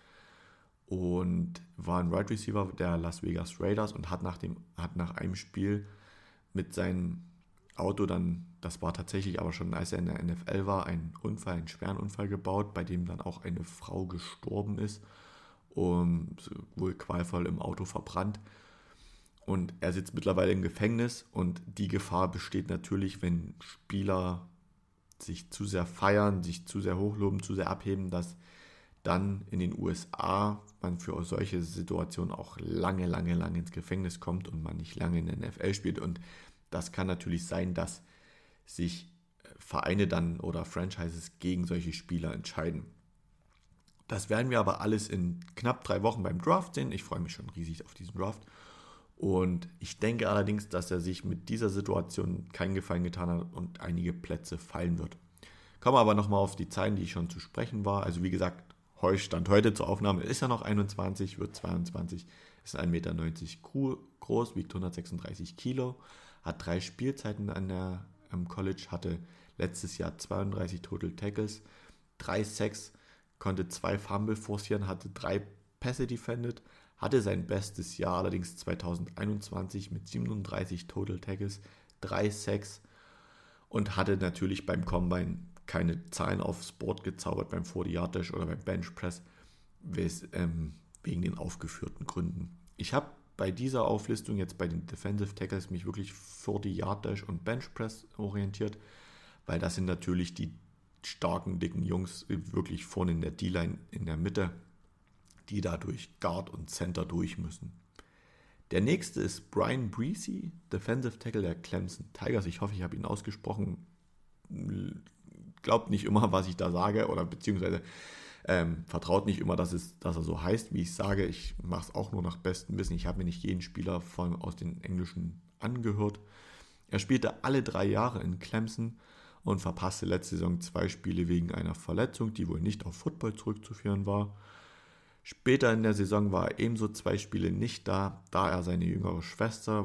und war ein Wide Receiver der Las Vegas Raiders und hat nach einem Spiel mit seinem Auto dann, das war tatsächlich aber schon, als er in der NFL war, einen schweren Unfall gebaut, bei dem dann auch eine Frau gestorben ist und wohl qualvoll im Auto verbrannt. Und er sitzt mittlerweile im Gefängnis und die Gefahr besteht natürlich, wenn Spieler sich zu sehr feiern, sich zu sehr hochloben, zu sehr abheben, dass dann in den USA man für solche Situationen auch lange ins Gefängnis kommt und man nicht lange in der NFL spielt. Und das kann natürlich sein, dass sich Vereine dann oder Franchises gegen solche Spieler entscheiden. Das werden wir aber alles in knapp 3 Wochen beim Draft sehen. Ich freue mich schon riesig auf diesen Draft. Und ich denke allerdings, dass er sich mit dieser Situation keinen Gefallen getan hat und einige Plätze fallen wird. Kommen wir aber nochmal auf die Zahlen, die ich schon zu sprechen war. Also wie gesagt, Stand heute zur Aufnahme ist er noch 21, wird 22, ist 1,90 Meter groß, wiegt 136 Kilo, hat 3 Spielzeiten am College, hatte letztes Jahr 32 Total Tackles, 3 Sacks, konnte 2 Fumble forcieren, hatte 3 Pässe defended, hatte sein bestes Jahr allerdings 2021 mit 37 Total Tackles, 3 Sacks und hatte natürlich beim Combine keine Zahlen aufs Board gezaubert beim 40-Yard-Dash oder beim Bench Press, wegen den aufgeführten Gründen. Ich habe bei dieser Auflistung jetzt bei den Defensive Tackles mich wirklich 40-Yard-Dash und Bench Press orientiert, weil das sind natürlich die starken, dicken Jungs wirklich vorne in der D-Line in der Mitte, die da durch Guard und Center durch müssen. Der nächste ist Brian Breesy, Defensive Tackle der Clemson Tigers. Ich hoffe, ich habe ihn ausgesprochen. Glaubt nicht immer, was ich da sage, oder beziehungsweise vertraut nicht immer, dass er so heißt, wie ich sage. Ich mache es auch nur nach bestem Wissen. Ich habe mir nicht jeden Spieler aus den Englischen angehört. Er spielte alle 3 Jahre in Clemson und verpasste letzte Saison 2 Spiele wegen einer Verletzung, die wohl nicht auf Football zurückzuführen war. Später in der Saison war er ebenso 2 Spiele nicht da er seine jüngere Schwester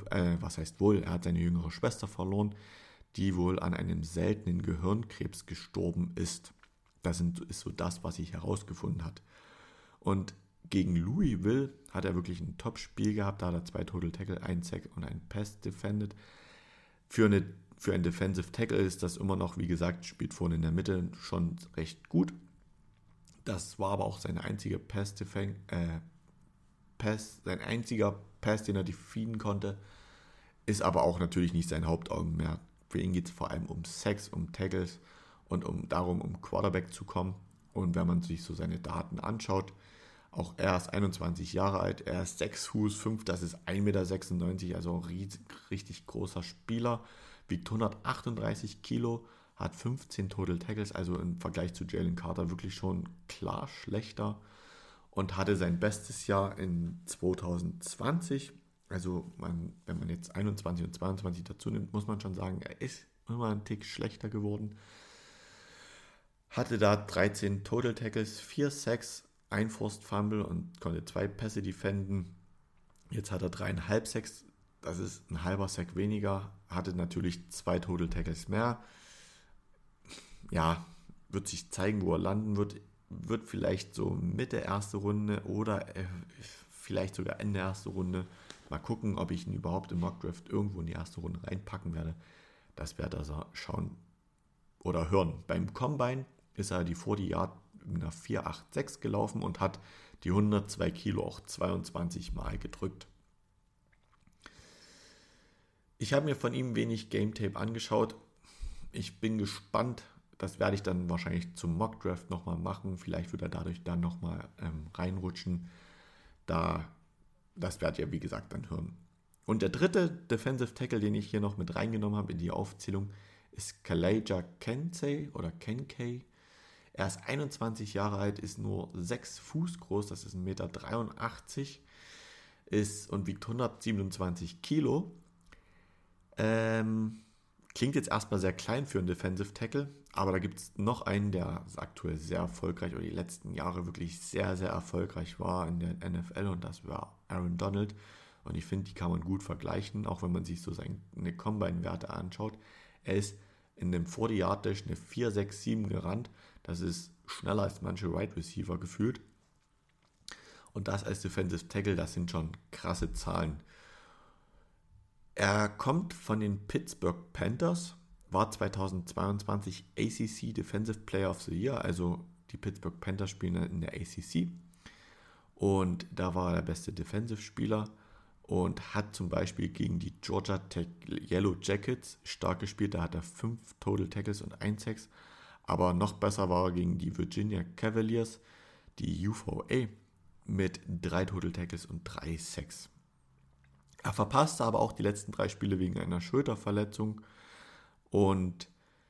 er hat seine jüngere Schwester verloren, die wohl an einem seltenen Gehirnkrebs gestorben ist. Das ist so das, was sich herausgefunden hat. Und gegen Louisville hat er wirklich ein Top-Spiel gehabt, da hat er 2 Total Tackle, 1 Sack und einen Pass defended. Für einen Defensive Tackle ist das immer noch, wie gesagt, spielt vorne in der Mitte schon recht gut. Das war aber auch sein einziger Pass, den er defenden konnte, ist aber auch natürlich nicht sein Hauptaugenmerk. Für ihn geht es vor allem um Sacks, um Tackles und um Quarterback zu kommen. Und wenn man sich so seine Daten anschaut, auch er ist 21 Jahre alt, er ist 6 Fuß 5, das ist 1,96 Meter, also ein richtig großer Spieler, wiegt 138 Kilo, hat 15 Total Tackles, also im Vergleich zu Jalen Carter wirklich schon klar schlechter und hatte sein bestes Jahr in 2020. Also wenn man jetzt 21 und 22 dazu nimmt, muss man schon sagen, er ist immer ein Tick schlechter geworden. Hatte da 13 Total Tackles, 4 Sacks, 1 Forced Fumble und konnte 2 Pässe defenden. Jetzt hat er 3,5 Sacks, das ist ein halber Sack weniger, hatte natürlich 2 Total Tackles mehr. Ja, wird sich zeigen, wo er landen wird. Wird vielleicht so Mitte erste Runde oder vielleicht sogar Ende erste Runde. Mal gucken, ob ich ihn überhaupt im Mockdraft irgendwo in die erste Runde reinpacken werde. Das werde ich schauen oder hören. Beim Combine ist er die 40 Yard mit einer 4,86 gelaufen und hat die 102 Kilo auch 22 Mal gedrückt. Ich habe mir von ihm wenig Game Tape angeschaut. Ich bin gespannt. Das werde ich dann wahrscheinlich zum Mock Draft nochmal machen. Vielleicht wird er dadurch dann nochmal reinrutschen. Das werdet ihr, wie gesagt, dann hören. Und der dritte Defensive Tackle, den ich hier noch mit reingenommen habe in die Aufzählung, ist Kalaja Kensei oder Kenkei. Er ist 21 Jahre alt, ist nur 6 Fuß groß, das ist 1,83 Meter, und wiegt 127 Kilo. Klingt jetzt erstmal sehr klein für einen Defensive Tackle, aber da gibt es noch einen, der aktuell sehr erfolgreich oder die letzten Jahre wirklich sehr, sehr erfolgreich war in der NFL, und das war Aaron Donald. Und ich finde, die kann man gut vergleichen, auch wenn man sich so seine Combine-Werte anschaut. Er ist in dem 40-Yard-Dash eine 4,67 gerannt. Das ist schneller als manche Wide Receiver gefühlt. Und das als Defensive Tackle, das sind schon krasse Zahlen. Er kommt von den Pittsburgh Panthers, war 2022 ACC Defensive Player of the Year, also die Pittsburgh Panthers spielen in der ACC. Und da war er der beste Defensive-Spieler und hat zum Beispiel gegen die Georgia Tech Yellow Jackets stark gespielt. Da hat er 5 Total Tackles und 1 Sacks. Aber noch besser war er gegen die Virginia Cavaliers, die UVA, mit 3 Total Tackles und 3 Sacks. Er verpasste aber auch die letzten 3 Spiele wegen einer Schulterverletzung und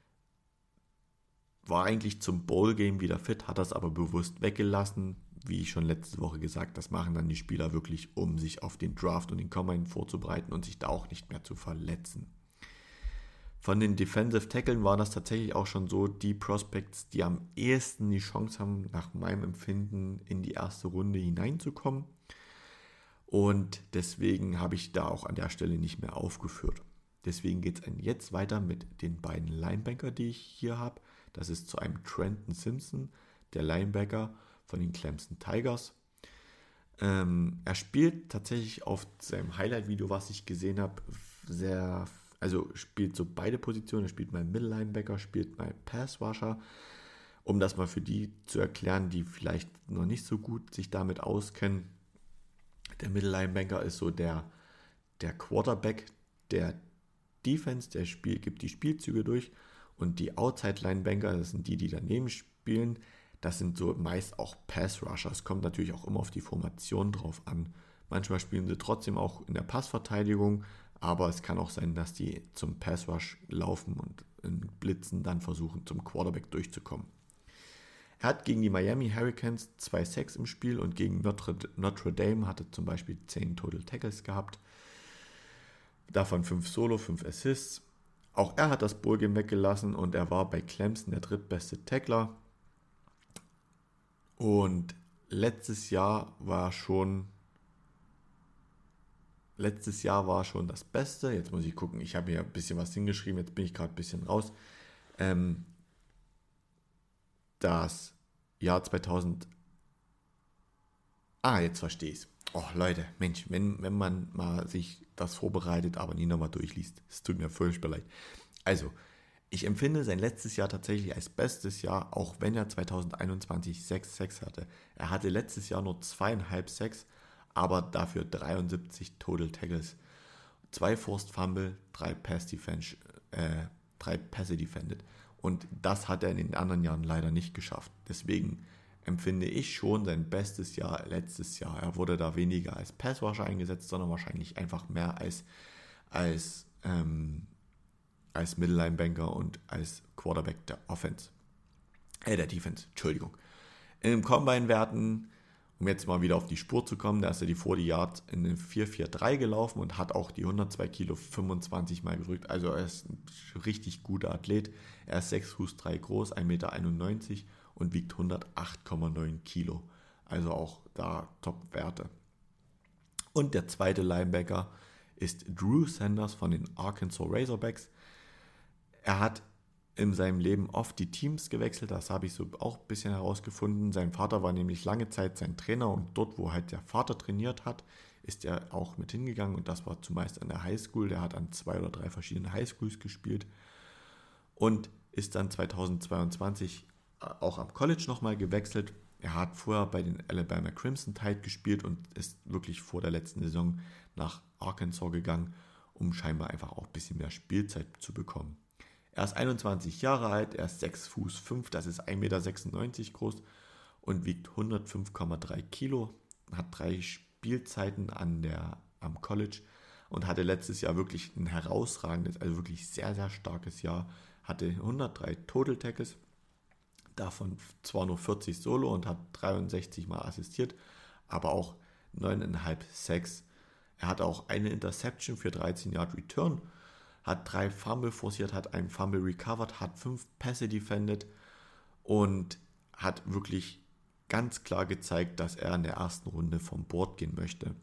war eigentlich zum Bowl-Game wieder fit, hat das aber bewusst weggelassen. Wie ich schon letzte Woche gesagt, das machen dann die Spieler wirklich, um sich auf den Draft und den Combine vorzubereiten und sich da auch nicht mehr zu verletzen. Von den Defensive Tackeln war das tatsächlich auch schon so, die Prospects, die am ehesten die Chance haben, nach meinem Empfinden in die erste Runde hineinzukommen. Und deswegen habe ich da auch an der Stelle nicht mehr aufgeführt. Deswegen geht es jetzt weiter mit den beiden Linebacker, die ich hier habe. Das ist zu einem Trenton Simpson, der Linebacker von den Clemson Tigers. Er spielt tatsächlich auf seinem Highlight-Video, was ich gesehen habe, spielt so beide Positionen. Er spielt mal Middle Linebacker, spielt mal Pass Rusher. Um das mal für die zu erklären, die vielleicht noch nicht so gut sich damit auskennen. Der Middle Linebacker ist so der Quarterback der Defense, der gibt die Spielzüge durch, und die Outside Linebacker, das sind die daneben spielen, das sind so meist auch Pass Rusher. Es kommt natürlich auch immer auf die Formation drauf an. Manchmal spielen sie trotzdem auch in der Passverteidigung, aber es kann auch sein, dass die zum Pass Rush laufen und in Blitzen dann versuchen, zum Quarterback durchzukommen. Er hat gegen die Miami Hurricanes 2 Sacks im Spiel und gegen Notre Dame hatte zum Beispiel 10 Total Tackles gehabt. Davon 5 Solo, 5 Assists. Auch er hat das Bowl-Game weggelassen und er war bei Clemson der drittbeste Tackler. Und letztes Jahr war schon das Beste. Jetzt muss ich gucken, ich habe hier ein bisschen was hingeschrieben, jetzt bin ich gerade ein bisschen raus. Das Jahr 2000. Jetzt verstehe ich es. Oh Leute, Mensch, wenn man mal sich das vorbereitet, aber nie nochmal durchliest. Es tut mir furchtbar leid. Also, ich empfinde sein letztes Jahr tatsächlich als bestes Jahr, auch wenn er 2021 6 Sacks hatte. Er hatte letztes Jahr nur 2,5 Sacks, aber dafür 73 Total Tackles, 2 Forced Fumble, 3 Pässe defended. Und das hat er in den anderen Jahren leider nicht geschafft. Deswegen empfinde ich schon sein bestes Jahr letztes Jahr. Er wurde da weniger als Passrusher eingesetzt, sondern wahrscheinlich einfach mehr als Middle Linebacker und als Quarterback der Defense, Entschuldigung. In den Combine-Werten, um jetzt mal wieder auf die Spur zu kommen, da ist er die 40 Yards in den 4,43 gelaufen und hat auch die 102 Kilo 25 Mal gedrückt. Also er ist ein richtig guter Athlet. Er ist 6 Fuß 3 groß, 1,91 Meter und wiegt 108,9 Kilo. Also auch da Top-Werte. Und der zweite Linebacker ist Drew Sanders von den Arkansas Razorbacks. Er hat in seinem Leben oft die Teams gewechselt, das habe ich so auch ein bisschen herausgefunden. Sein Vater war nämlich lange Zeit sein Trainer und dort, wo halt der Vater trainiert hat, ist er auch mit hingegangen und das war zumeist an der Highschool. Der hat an 2 oder 3 verschiedenen Highschools gespielt und ist dann 2022 auch am College nochmal gewechselt. Er hat vorher bei den Alabama Crimson Tide gespielt und ist wirklich vor der letzten Saison nach Arkansas gegangen um scheinbar einfach auch ein bisschen mehr Spielzeit zu bekommen. Er ist 21 Jahre alt, er ist 6 Fuß 5, das ist 1,96 Meter groß und wiegt 105,3 Kilo, hat 3 Spielzeiten am College und hatte letztes Jahr wirklich ein herausragendes, also wirklich sehr, sehr starkes Jahr, hatte 103 Total Tackles, davon zwar nur 40 Solo und hat 63 Mal assistiert, aber auch 9,5 Sacks. Er hatte auch eine Interception für 13 Yard Return, hat 3 Fumble forciert, hat einen Fumble recovered, hat 5 Pässe defended und hat wirklich ganz klar gezeigt, dass er in der ersten Runde vom Board gehen möchte.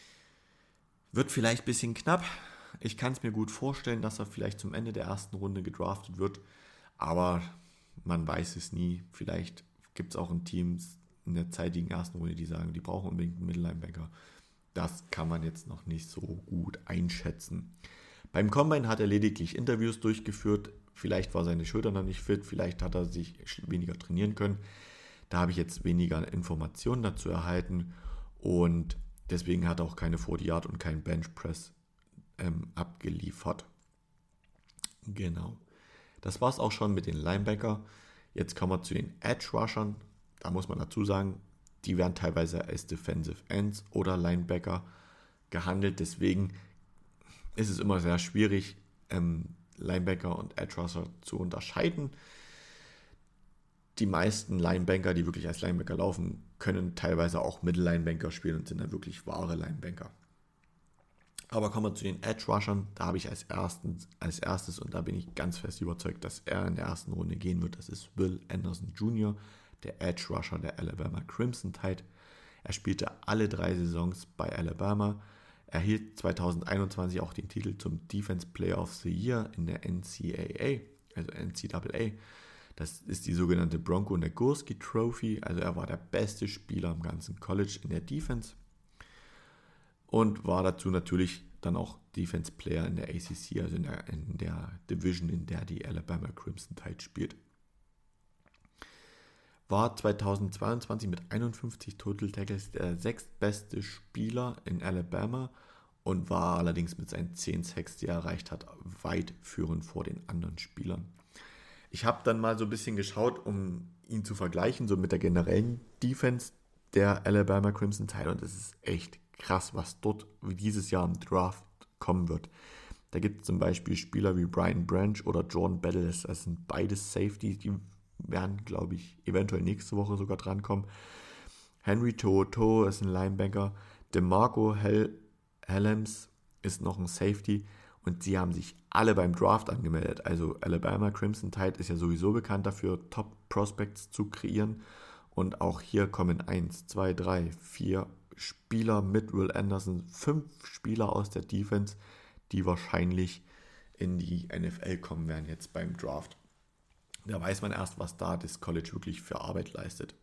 Wird vielleicht ein bisschen knapp. Ich kann es mir gut vorstellen, dass er vielleicht zum Ende der ersten Runde gedraftet wird, aber man weiß es nie. Vielleicht gibt es auch in Teams in der zeitigen ersten Runde, die sagen, die brauchen unbedingt einen Mittellinebacker. Das kann man jetzt noch nicht so gut einschätzen. Beim Combine hat er lediglich Interviews durchgeführt. Vielleicht war seine Schulter noch nicht fit, vielleicht hat er sich weniger trainieren können. Da habe ich jetzt weniger Informationen dazu erhalten und deswegen hat er auch keine 40 Yard und keinen Bench Press abgeliefert. Genau. Das war es auch schon mit den Linebacker. Jetzt kommen wir zu den Edge Rushern. Da muss man dazu sagen, die werden teilweise als Defensive Ends oder Linebacker gehandelt. Deswegen ist es immer sehr schwierig, Linebacker und Edge Rusher zu unterscheiden. Die meisten Linebacker, die wirklich als Linebacker laufen, können teilweise auch Mittellinebacker spielen und sind dann wirklich wahre Linebacker. Aber kommen wir zu den Edge Rushern. Da habe ich als erstes, und da bin ich ganz fest überzeugt, dass er in der ersten Runde gehen wird. Das ist Will Anderson Jr., der Edge Rusher der Alabama Crimson Tide. Er spielte alle 3 Saisons bei Alabama. Er erhielt 2021 auch den Titel zum Defense Player of the Year in der NCAA, also NCAA. Das ist die sogenannte Bronco Nagurski Trophy. Also er war der beste Spieler im ganzen College in der Defense. Und war dazu natürlich dann auch Defense Player in der ACC, also in der Division, in der die Alabama Crimson Tide spielt. War 2022 mit 51 Total Tackles der 6. beste Spieler in Alabama und war allerdings mit seinen 10 Sacks, die er erreicht hat, weit führend vor den anderen Spielern. Ich habe dann mal so ein bisschen geschaut, um ihn zu vergleichen, so mit der generellen Defense der Alabama Crimson Tide, und es ist echt krass, was dort dieses Jahr im Draft kommen wird. Da gibt es zum Beispiel Spieler wie Brian Branch oder Jordan Battle, das sind beides Safeties, die werden, glaube ich, eventuell nächste Woche sogar drankommen. Henry To'oTo'o ist ein Linebacker, DeMarco Helms ist noch ein Safety und sie haben sich alle beim Draft angemeldet. Also Alabama Crimson Tide ist ja sowieso bekannt dafür, Top-Prospects zu kreieren, und auch hier kommen 1, 2, 3, 4 Spieler mit Will Anderson, 5 Spieler aus der Defense, die wahrscheinlich in die NFL kommen werden jetzt beim Draft. Da weiß man erst, was da das College wirklich für Arbeit leistet.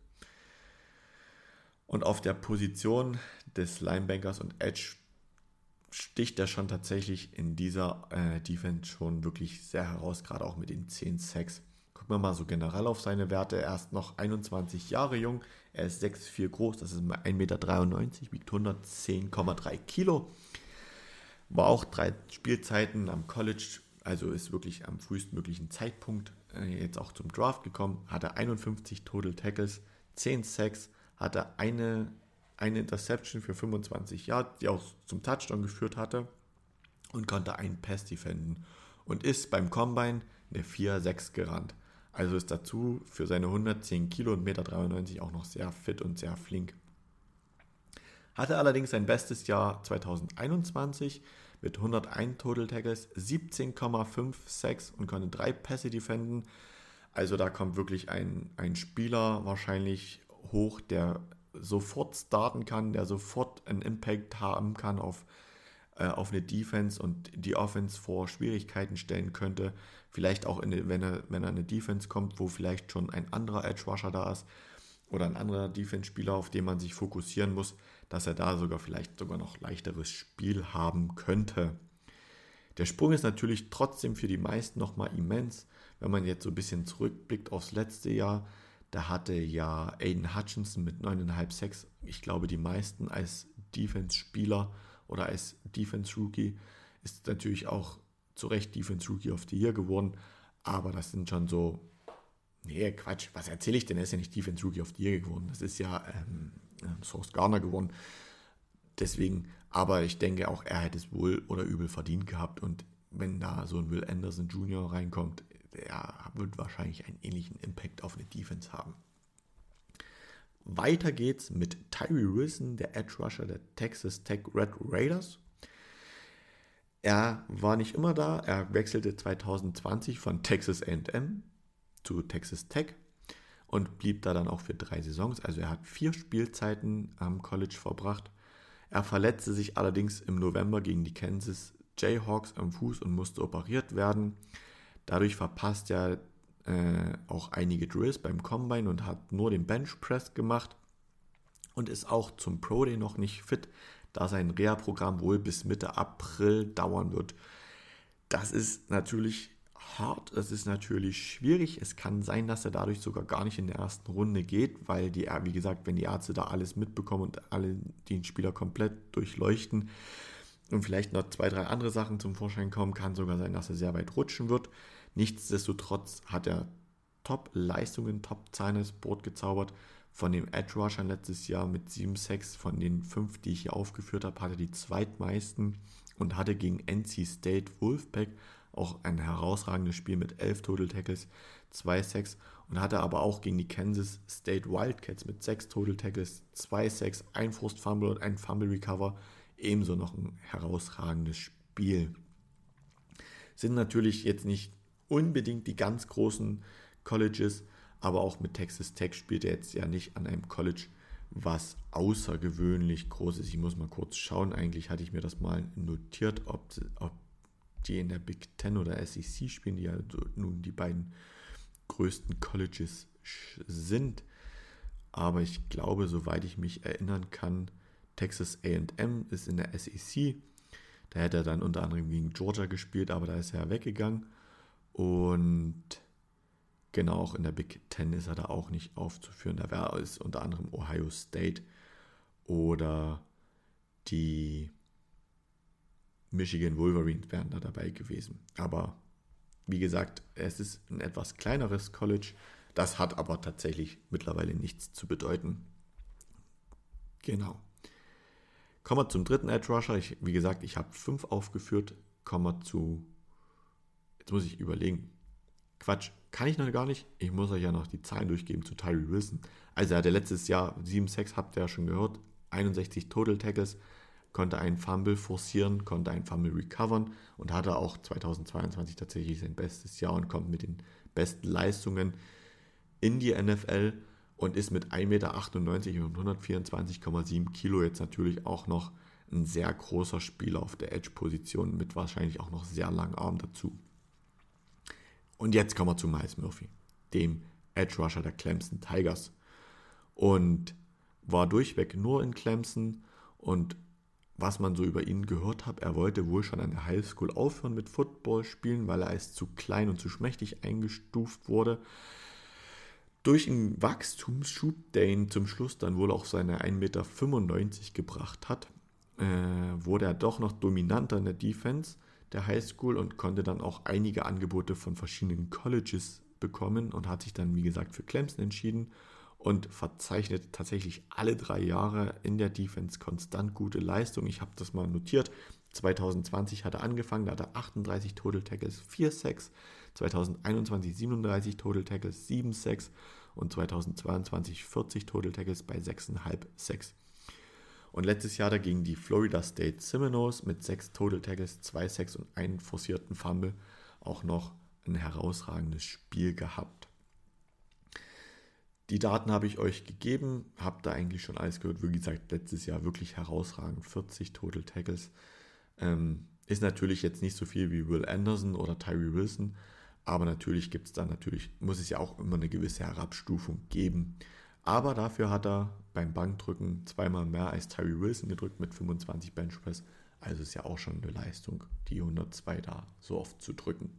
Und auf der Position des Linebackers und Edge sticht er schon tatsächlich in dieser Defense schon wirklich sehr heraus, gerade auch mit den 10 Sacks. Gucken wir mal so generell auf seine Werte. Er ist noch 21 Jahre jung, er ist 6'4 groß, das ist 1,93 Meter, wiegt 110,3 Kilo. War auch 3 Spielzeiten am College, also ist wirklich am frühestmöglichen Zeitpunkt jetzt auch zum Draft gekommen, hatte 51 Total Tackles, 10 Sacks, hatte eine Interception für 25 Yards, die auch zum Touchdown geführt hatte, und konnte einen Pass defenden und ist beim Combine eine 4,6 gerannt. Also ist dazu für seine 110 Kilo und 1,93 Meter auch noch sehr fit und sehr flink. Hatte allerdings sein bestes Jahr 2021 mit 101 Total Tackles, 17,5 Sacks und konnte 3 Pässe defenden. Also da kommt wirklich ein Spieler wahrscheinlich hoch, der sofort starten kann, der sofort einen Impact haben kann auf eine Defense und die Offense vor Schwierigkeiten stellen könnte. Vielleicht auch, wenn er in eine Defense kommt, wo vielleicht schon ein anderer Edge Rusher da ist oder ein anderer Defense-Spieler, auf den man sich fokussieren muss, dass er da vielleicht sogar noch leichteres Spiel haben könnte. Der Sprung ist natürlich trotzdem für die meisten nochmal immens, wenn man jetzt so ein bisschen zurückblickt aufs letzte Jahr. Da hatte ja Aiden Hutchinson mit 9,5 Sacks, ich glaube die meisten als Defense-Spieler oder als Defense-Rookie Ist natürlich auch zu Recht Defense Rookie of the Year geworden, aber das sind schon so, nee, Quatsch, was erzähle ich denn? Er ist ja nicht Defense Rookie of the Year geworden, das ist ja Sauce Gardner geworden. Deswegen, aber ich denke auch, er hätte es wohl oder übel verdient gehabt und wenn da so ein Will Anderson Jr. reinkommt, der wird wahrscheinlich einen ähnlichen Impact auf eine Defense haben. Weiter geht's mit Tyree Wilson, der Edge Rusher der Texas Tech Red Raiders. Er war nicht immer da, er wechselte 2020 von Texas A&M zu Texas Tech und blieb da dann auch für 3 Saisons. Also er hat 4 Spielzeiten am College verbracht. Er verletzte sich allerdings im November gegen die Kansas Jayhawks am Fuß und musste operiert werden. Dadurch verpasst er auch einige Drills beim Combine und hat nur den Bench Press gemacht und ist auch zum Pro Day noch nicht fit, da sein Reha-Programm wohl bis Mitte April dauern wird. Das ist natürlich hart, es ist natürlich schwierig. Es kann sein, dass er dadurch sogar gar nicht in der ersten Runde geht, weil wie gesagt, wenn die Ärzte da alles mitbekommen und alle den Spieler komplett durchleuchten und vielleicht noch 2, 3 andere Sachen zum Vorschein kommen, kann sogar sein, dass er sehr weit rutschen wird. Nichtsdestotrotz hat er Top-Leistungen, Top-Zahlen ins Board gezaubert. Von den Edge Rushern letztes Jahr mit 7 Sacks, von den 5, die ich hier aufgeführt habe, hatte die zweitmeisten und hatte gegen NC State Wolfpack auch ein herausragendes Spiel mit 11 Total Tackles, 2 Sacks und hatte aber auch gegen die Kansas State Wildcats mit 6 Total Tackles, 2 Sacks, ein Forced Fumble und ein Fumble Recover ebenso noch ein herausragendes Spiel. Sind natürlich jetzt nicht unbedingt die ganz großen Colleges, aber auch mit Texas Tech spielt er jetzt ja nicht an einem College, was außergewöhnlich groß ist. Ich muss mal kurz schauen, eigentlich hatte ich mir das mal notiert, ob die in der Big Ten oder SEC spielen, die ja nun die beiden größten Colleges sind. Aber ich glaube, soweit ich mich erinnern kann, Texas A&M ist in der SEC. Da hätte er dann unter anderem gegen Georgia gespielt, aber da ist er weggegangen. Und genau, auch in der Big Ten ist er da auch nicht aufzuführen. Da wäre es unter anderem Ohio State oder die Michigan Wolverines wären da dabei gewesen. Aber wie gesagt, es ist ein etwas kleineres College. Das hat aber tatsächlich mittlerweile nichts zu bedeuten. Genau. Kommen wir zum dritten Edge Rusher. Wie gesagt, ich habe 5 aufgeführt. Kommen wir zu... Jetzt muss ich überlegen. Quatsch, kann ich noch gar nicht. Ich muss euch ja noch die Zahlen durchgeben zu Tyree Wilson. Also er hatte letztes Jahr 7 Sacks, habt ihr ja schon gehört. 61 Total Tackles, konnte einen Fumble forcieren, konnte einen Fumble recovern und hatte auch 2022 tatsächlich sein bestes Jahr und kommt mit den besten Leistungen in die NFL und ist mit 1,98 Meter und 124,7 Kilo jetzt natürlich auch noch ein sehr großer Spieler auf der Edge-Position mit wahrscheinlich auch noch sehr langen Armen dazu. Und jetzt kommen wir zu Myles Murphy, dem Edge Rusher der Clemson Tigers. Und war durchweg nur in Clemson. Und was man so über ihn gehört hat, er wollte wohl schon an der Highschool aufhören mit Football spielen, weil er als zu klein und zu schmächtig eingestuft wurde. Durch einen Wachstumsschub, der ihn zum Schluss dann wohl auch seine 1,95 Meter gebracht hat, wurde er doch noch dominanter in der Defense der Highschool und konnte dann auch einige Angebote von verschiedenen Colleges bekommen und hat sich dann, wie gesagt, für Clemson entschieden und verzeichnet tatsächlich alle 3 Jahre in der Defense konstant gute Leistung. Ich habe das mal notiert. 2020 hat er angefangen, da hat er 38 Total Tackles, 4 Sacks. 2021 37 Total Tackles, 7 Sacks und 2022 40 Total Tackles bei 6,5 Sacks. Und letztes Jahr dagegen die Florida State Seminoles mit 6 Total Tackles, 2 Sacks und einen forcierten Fumble auch noch ein herausragendes Spiel gehabt. Die Daten habe ich euch gegeben, habt da eigentlich schon alles gehört. Wie gesagt, letztes Jahr wirklich herausragend, 40 Total Tackles. Ist natürlich jetzt nicht so viel wie Will Anderson oder Tyree Wilson, aber natürlich muss es ja auch immer eine gewisse Herabstufung geben. Aber dafür hat er beim Bankdrücken 2-mal mehr als Tyree Wilson gedrückt mit 25 Benchpress. Also ist ja auch schon eine Leistung, die 102 da so oft zu drücken.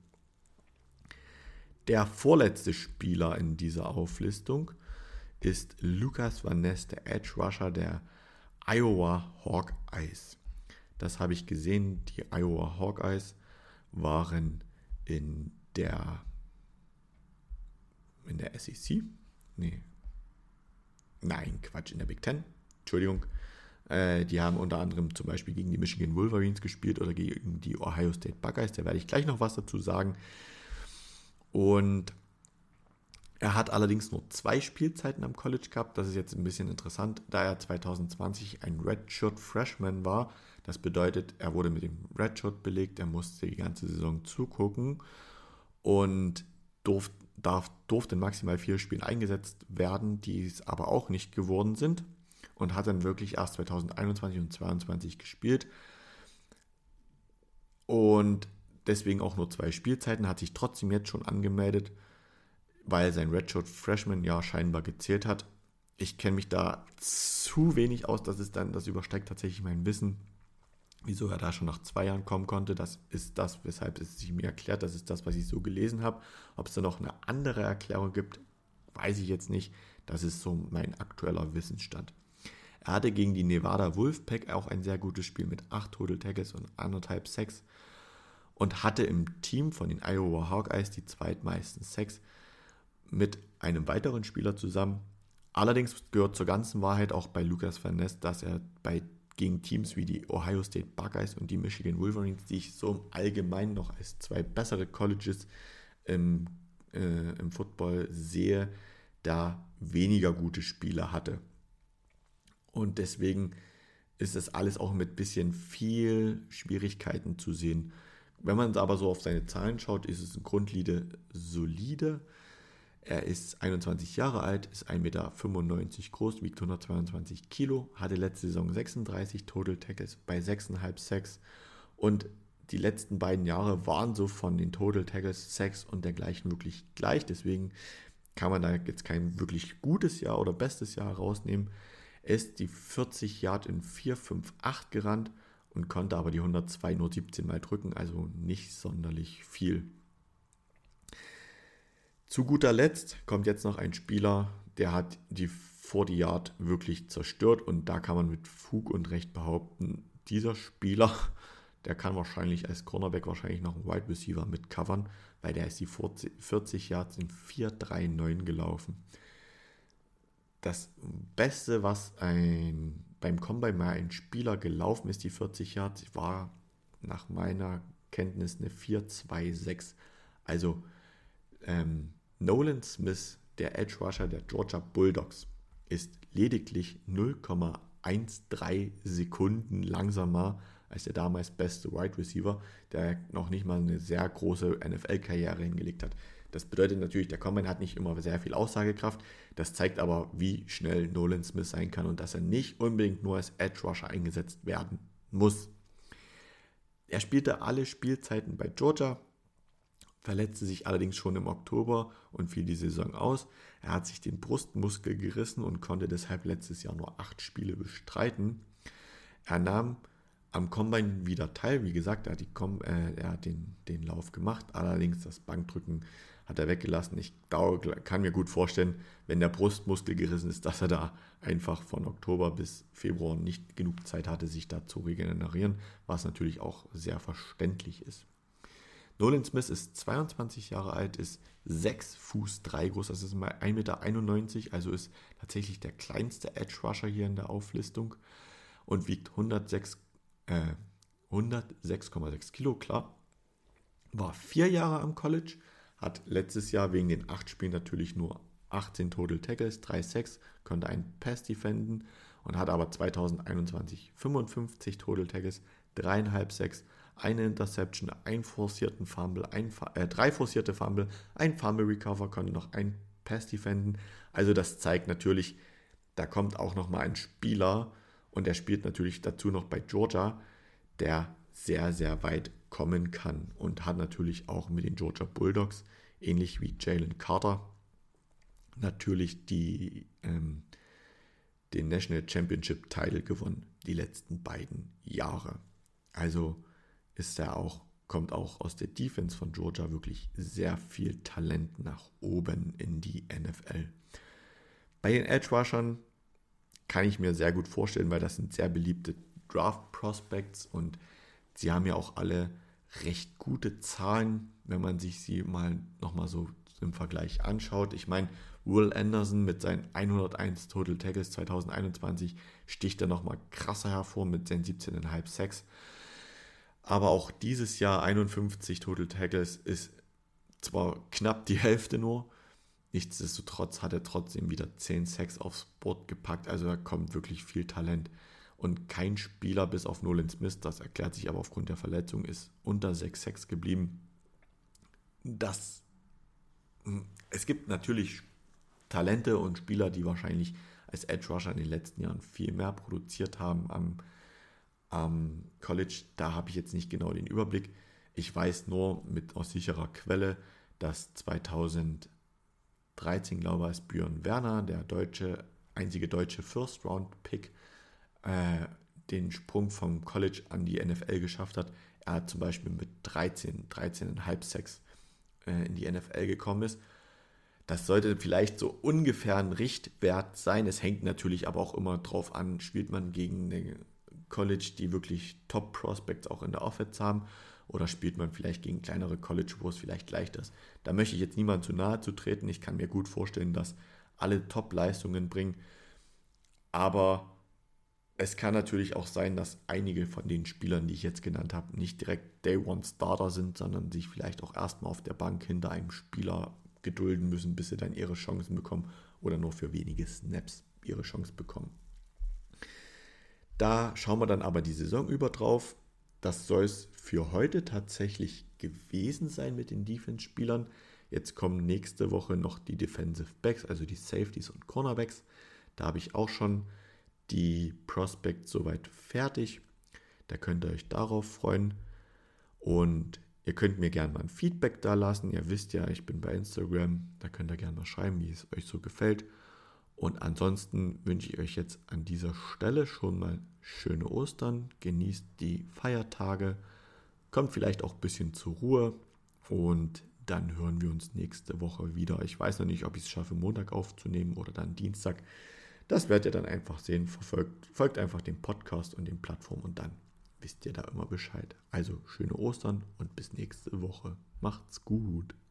Der vorletzte Spieler in dieser Auflistung ist Lucas Van Ness, der Edge Rusher der Iowa Hawkeyes. Das habe ich gesehen. Die Iowa Hawkeyes waren in der SEC? Nee. Nein, Quatsch, in der Big Ten. Entschuldigung. Die haben unter anderem zum Beispiel gegen die Michigan Wolverines gespielt oder gegen die Ohio State Buckeyes. Da werde ich gleich noch was dazu sagen. Und er hat allerdings nur 2 Spielzeiten am College gehabt. Das ist jetzt ein bisschen interessant, da er 2020 ein Redshirt Freshman war. Das bedeutet, er wurde mit dem Redshirt belegt, er musste die ganze Saison zugucken und durfte in maximal 4 Spielen eingesetzt werden, die es aber auch nicht geworden sind, und hat dann wirklich erst 2021 und 2022 gespielt und deswegen auch nur 2 Spielzeiten, hat sich trotzdem jetzt schon angemeldet, weil sein Redshirt Freshman Jahr scheinbar gezählt hat. Ich kenne mich da zu wenig aus, das übersteigt tatsächlich mein Wissen, wieso er da schon nach 2 Jahren kommen konnte. Das ist das, weshalb es sich mir erklärt, das ist das, was ich so gelesen habe. Ob es da noch eine andere Erklärung gibt, weiß ich jetzt nicht. Das ist so mein aktueller Wissensstand. Er hatte gegen die Nevada Wolfpack auch ein sehr gutes Spiel mit 8 Total Tackles und 1,5 Sacks und hatte im Team von den Iowa Hawkeyes die zweitmeisten Sacks mit einem weiteren Spieler zusammen. Allerdings gehört zur ganzen Wahrheit auch bei Lucas Van Ness, dass er gegen Teams wie die Ohio State Buckeyes und die Michigan Wolverines, die ich so im Allgemeinen noch als 2 bessere Colleges im Football sehe, da weniger gute Spieler hatte. Und deswegen ist das alles auch mit bisschen viel Schwierigkeiten zu sehen. Wenn man aber so auf seine Zahlen schaut, ist es ein Grundlinie solide. Er ist 21 Jahre alt, ist 1,95 Meter groß, wiegt 122 Kilo, hatte letzte Saison 36 Total Tackles bei 6,5 Sacks und die letzten beiden Jahre waren so von den Total Tackles, Sacks und dergleichen wirklich gleich. Deswegen kann man da jetzt kein wirklich gutes Jahr oder bestes Jahr rausnehmen. Er ist die 40 Yard in 4,58 gerannt und konnte aber die 102 nur 17 Mal drücken, also nicht sonderlich viel. Zu guter Letzt kommt jetzt noch ein Spieler, der hat die 40 Yard wirklich zerstört und da kann man mit Fug und Recht behaupten, dieser Spieler, der kann wahrscheinlich als Cornerback wahrscheinlich noch einen Wide Receiver mitcovern, weil der ist die 40 Yards in 4,39 gelaufen. Das Beste, was beim Combine mal ein Spieler gelaufen ist, die 40 Yards, war nach meiner Kenntnis eine 4,26. Also Nolan Smith, der Edge Rusher der Georgia Bulldogs, ist lediglich 0,13 Sekunden langsamer als der damals beste Wide Receiver, der noch nicht mal eine sehr große NFL-Karriere hingelegt hat. Das bedeutet natürlich, der Combine hat nicht immer sehr viel Aussagekraft. Das zeigt aber, wie schnell Nolan Smith sein kann und dass er nicht unbedingt nur als Edge Rusher eingesetzt werden muss. Er spielte alle Spielzeiten bei Georgia, verletzte sich allerdings schon im Oktober und fiel die Saison aus. Er hat sich den Brustmuskel gerissen und konnte deshalb letztes Jahr nur 8 Spiele bestreiten. Er nahm am Combine wieder teil. Wie gesagt, er hat den Lauf gemacht, allerdings das Bankdrücken hat er weggelassen. Ich kann mir gut vorstellen, wenn der Brustmuskel gerissen ist, dass er da einfach von Oktober bis Februar nicht genug Zeit hatte, sich da zu regenerieren, was natürlich auch sehr verständlich ist. Nolan Smith ist 22 Jahre alt, ist 6 Fuß 3 groß, das ist mal 1,91 Meter, also ist tatsächlich der kleinste Edge Rusher hier in der Auflistung und wiegt 106,6 Kilo, klar. War 4 Jahre am College, hat letztes Jahr wegen den 8 Spielen natürlich nur 18 Total Tackles, 3 Sacks, konnte einen Pass defenden und hat aber 2021 55 Total Tackles, 3,5 Sacks, eine Interception, 3 forcierte Fumble, ein Fumble Recover, konnte noch ein Pass defenden. Also das zeigt natürlich, da kommt auch nochmal ein Spieler und der spielt natürlich dazu noch bei Georgia, der sehr, sehr weit kommen kann und hat natürlich auch mit den Georgia Bulldogs, ähnlich wie Jalen Carter, natürlich den National Championship Title gewonnen, die letzten beiden Jahre. Also kommt auch aus der Defense von Georgia wirklich sehr viel Talent nach oben in die NFL. Bei den Edge Rushern kann ich mir sehr gut vorstellen, weil das sind sehr beliebte Draft Prospects und sie haben ja auch alle recht gute Zahlen, wenn man sich sie mal nochmal so im Vergleich anschaut. Ich meine, Will Anderson mit seinen 101 Total Tackles 2021 sticht da nochmal krasser hervor mit seinen 17,5 Sacks. Aber auch dieses Jahr 51 Total Tackles ist zwar knapp die Hälfte nur, nichtsdestotrotz hat er trotzdem wieder 10 Sacks aufs Board gepackt, also da kommt wirklich viel Talent. Und kein Spieler bis auf Nolan Smith, das erklärt sich aber aufgrund der Verletzung, ist unter 6 Sacks geblieben. Es gibt natürlich Talente und Spieler, die wahrscheinlich als Edge Rusher in den letzten Jahren viel mehr produziert haben am College. Da habe ich jetzt nicht genau den Überblick. Ich weiß nur aus sicherer Quelle, dass 2013, glaube ich, Björn Werner, der einzige deutsche First-Round-Pick, den Sprung vom College an die NFL geschafft hat. Er hat zum Beispiel mit 13,5 Sacks in die NFL gekommen ist. Das sollte vielleicht so ungefähr ein Richtwert sein. Es hängt natürlich aber auch immer drauf an, spielt man gegen eine College, die wirklich Top-Prospects auch in der Offense haben, oder spielt man vielleicht gegen kleinere College, wo es vielleicht leichter ist. Da möchte ich jetzt niemandem zu nahe zu treten. Ich kann mir gut vorstellen, dass alle Top-Leistungen bringen, aber es kann natürlich auch sein, dass einige von den Spielern, die ich jetzt genannt habe, nicht direkt Day-One-Starter sind, sondern sich vielleicht auch erstmal auf der Bank hinter einem Spieler gedulden müssen, bis sie dann ihre Chancen bekommen oder nur für wenige Snaps ihre Chance bekommen. Da schauen wir dann aber die Saison über drauf. Das soll es für heute tatsächlich gewesen sein mit den Defense-Spielern. Jetzt kommen nächste Woche noch die Defensive Backs, also die Safeties und Cornerbacks. Da habe ich auch schon die Prospects soweit fertig. Da könnt ihr euch darauf freuen. Und ihr könnt mir gerne mal ein Feedback da lassen. Ihr wisst ja, ich bin bei Instagram. Da könnt ihr gerne mal schreiben, wie es euch so gefällt. Und ansonsten wünsche ich euch jetzt an dieser Stelle schon mal schöne Ostern. Genießt die Feiertage. Kommt vielleicht auch ein bisschen zur Ruhe. Und dann hören wir uns nächste Woche wieder. Ich weiß noch nicht, ob ich es schaffe, Montag aufzunehmen oder dann Dienstag. Das werdet ihr dann einfach sehen. Folgt einfach dem Podcast und den Plattformen und dann wisst ihr da immer Bescheid. Also schöne Ostern und bis nächste Woche. Macht's gut.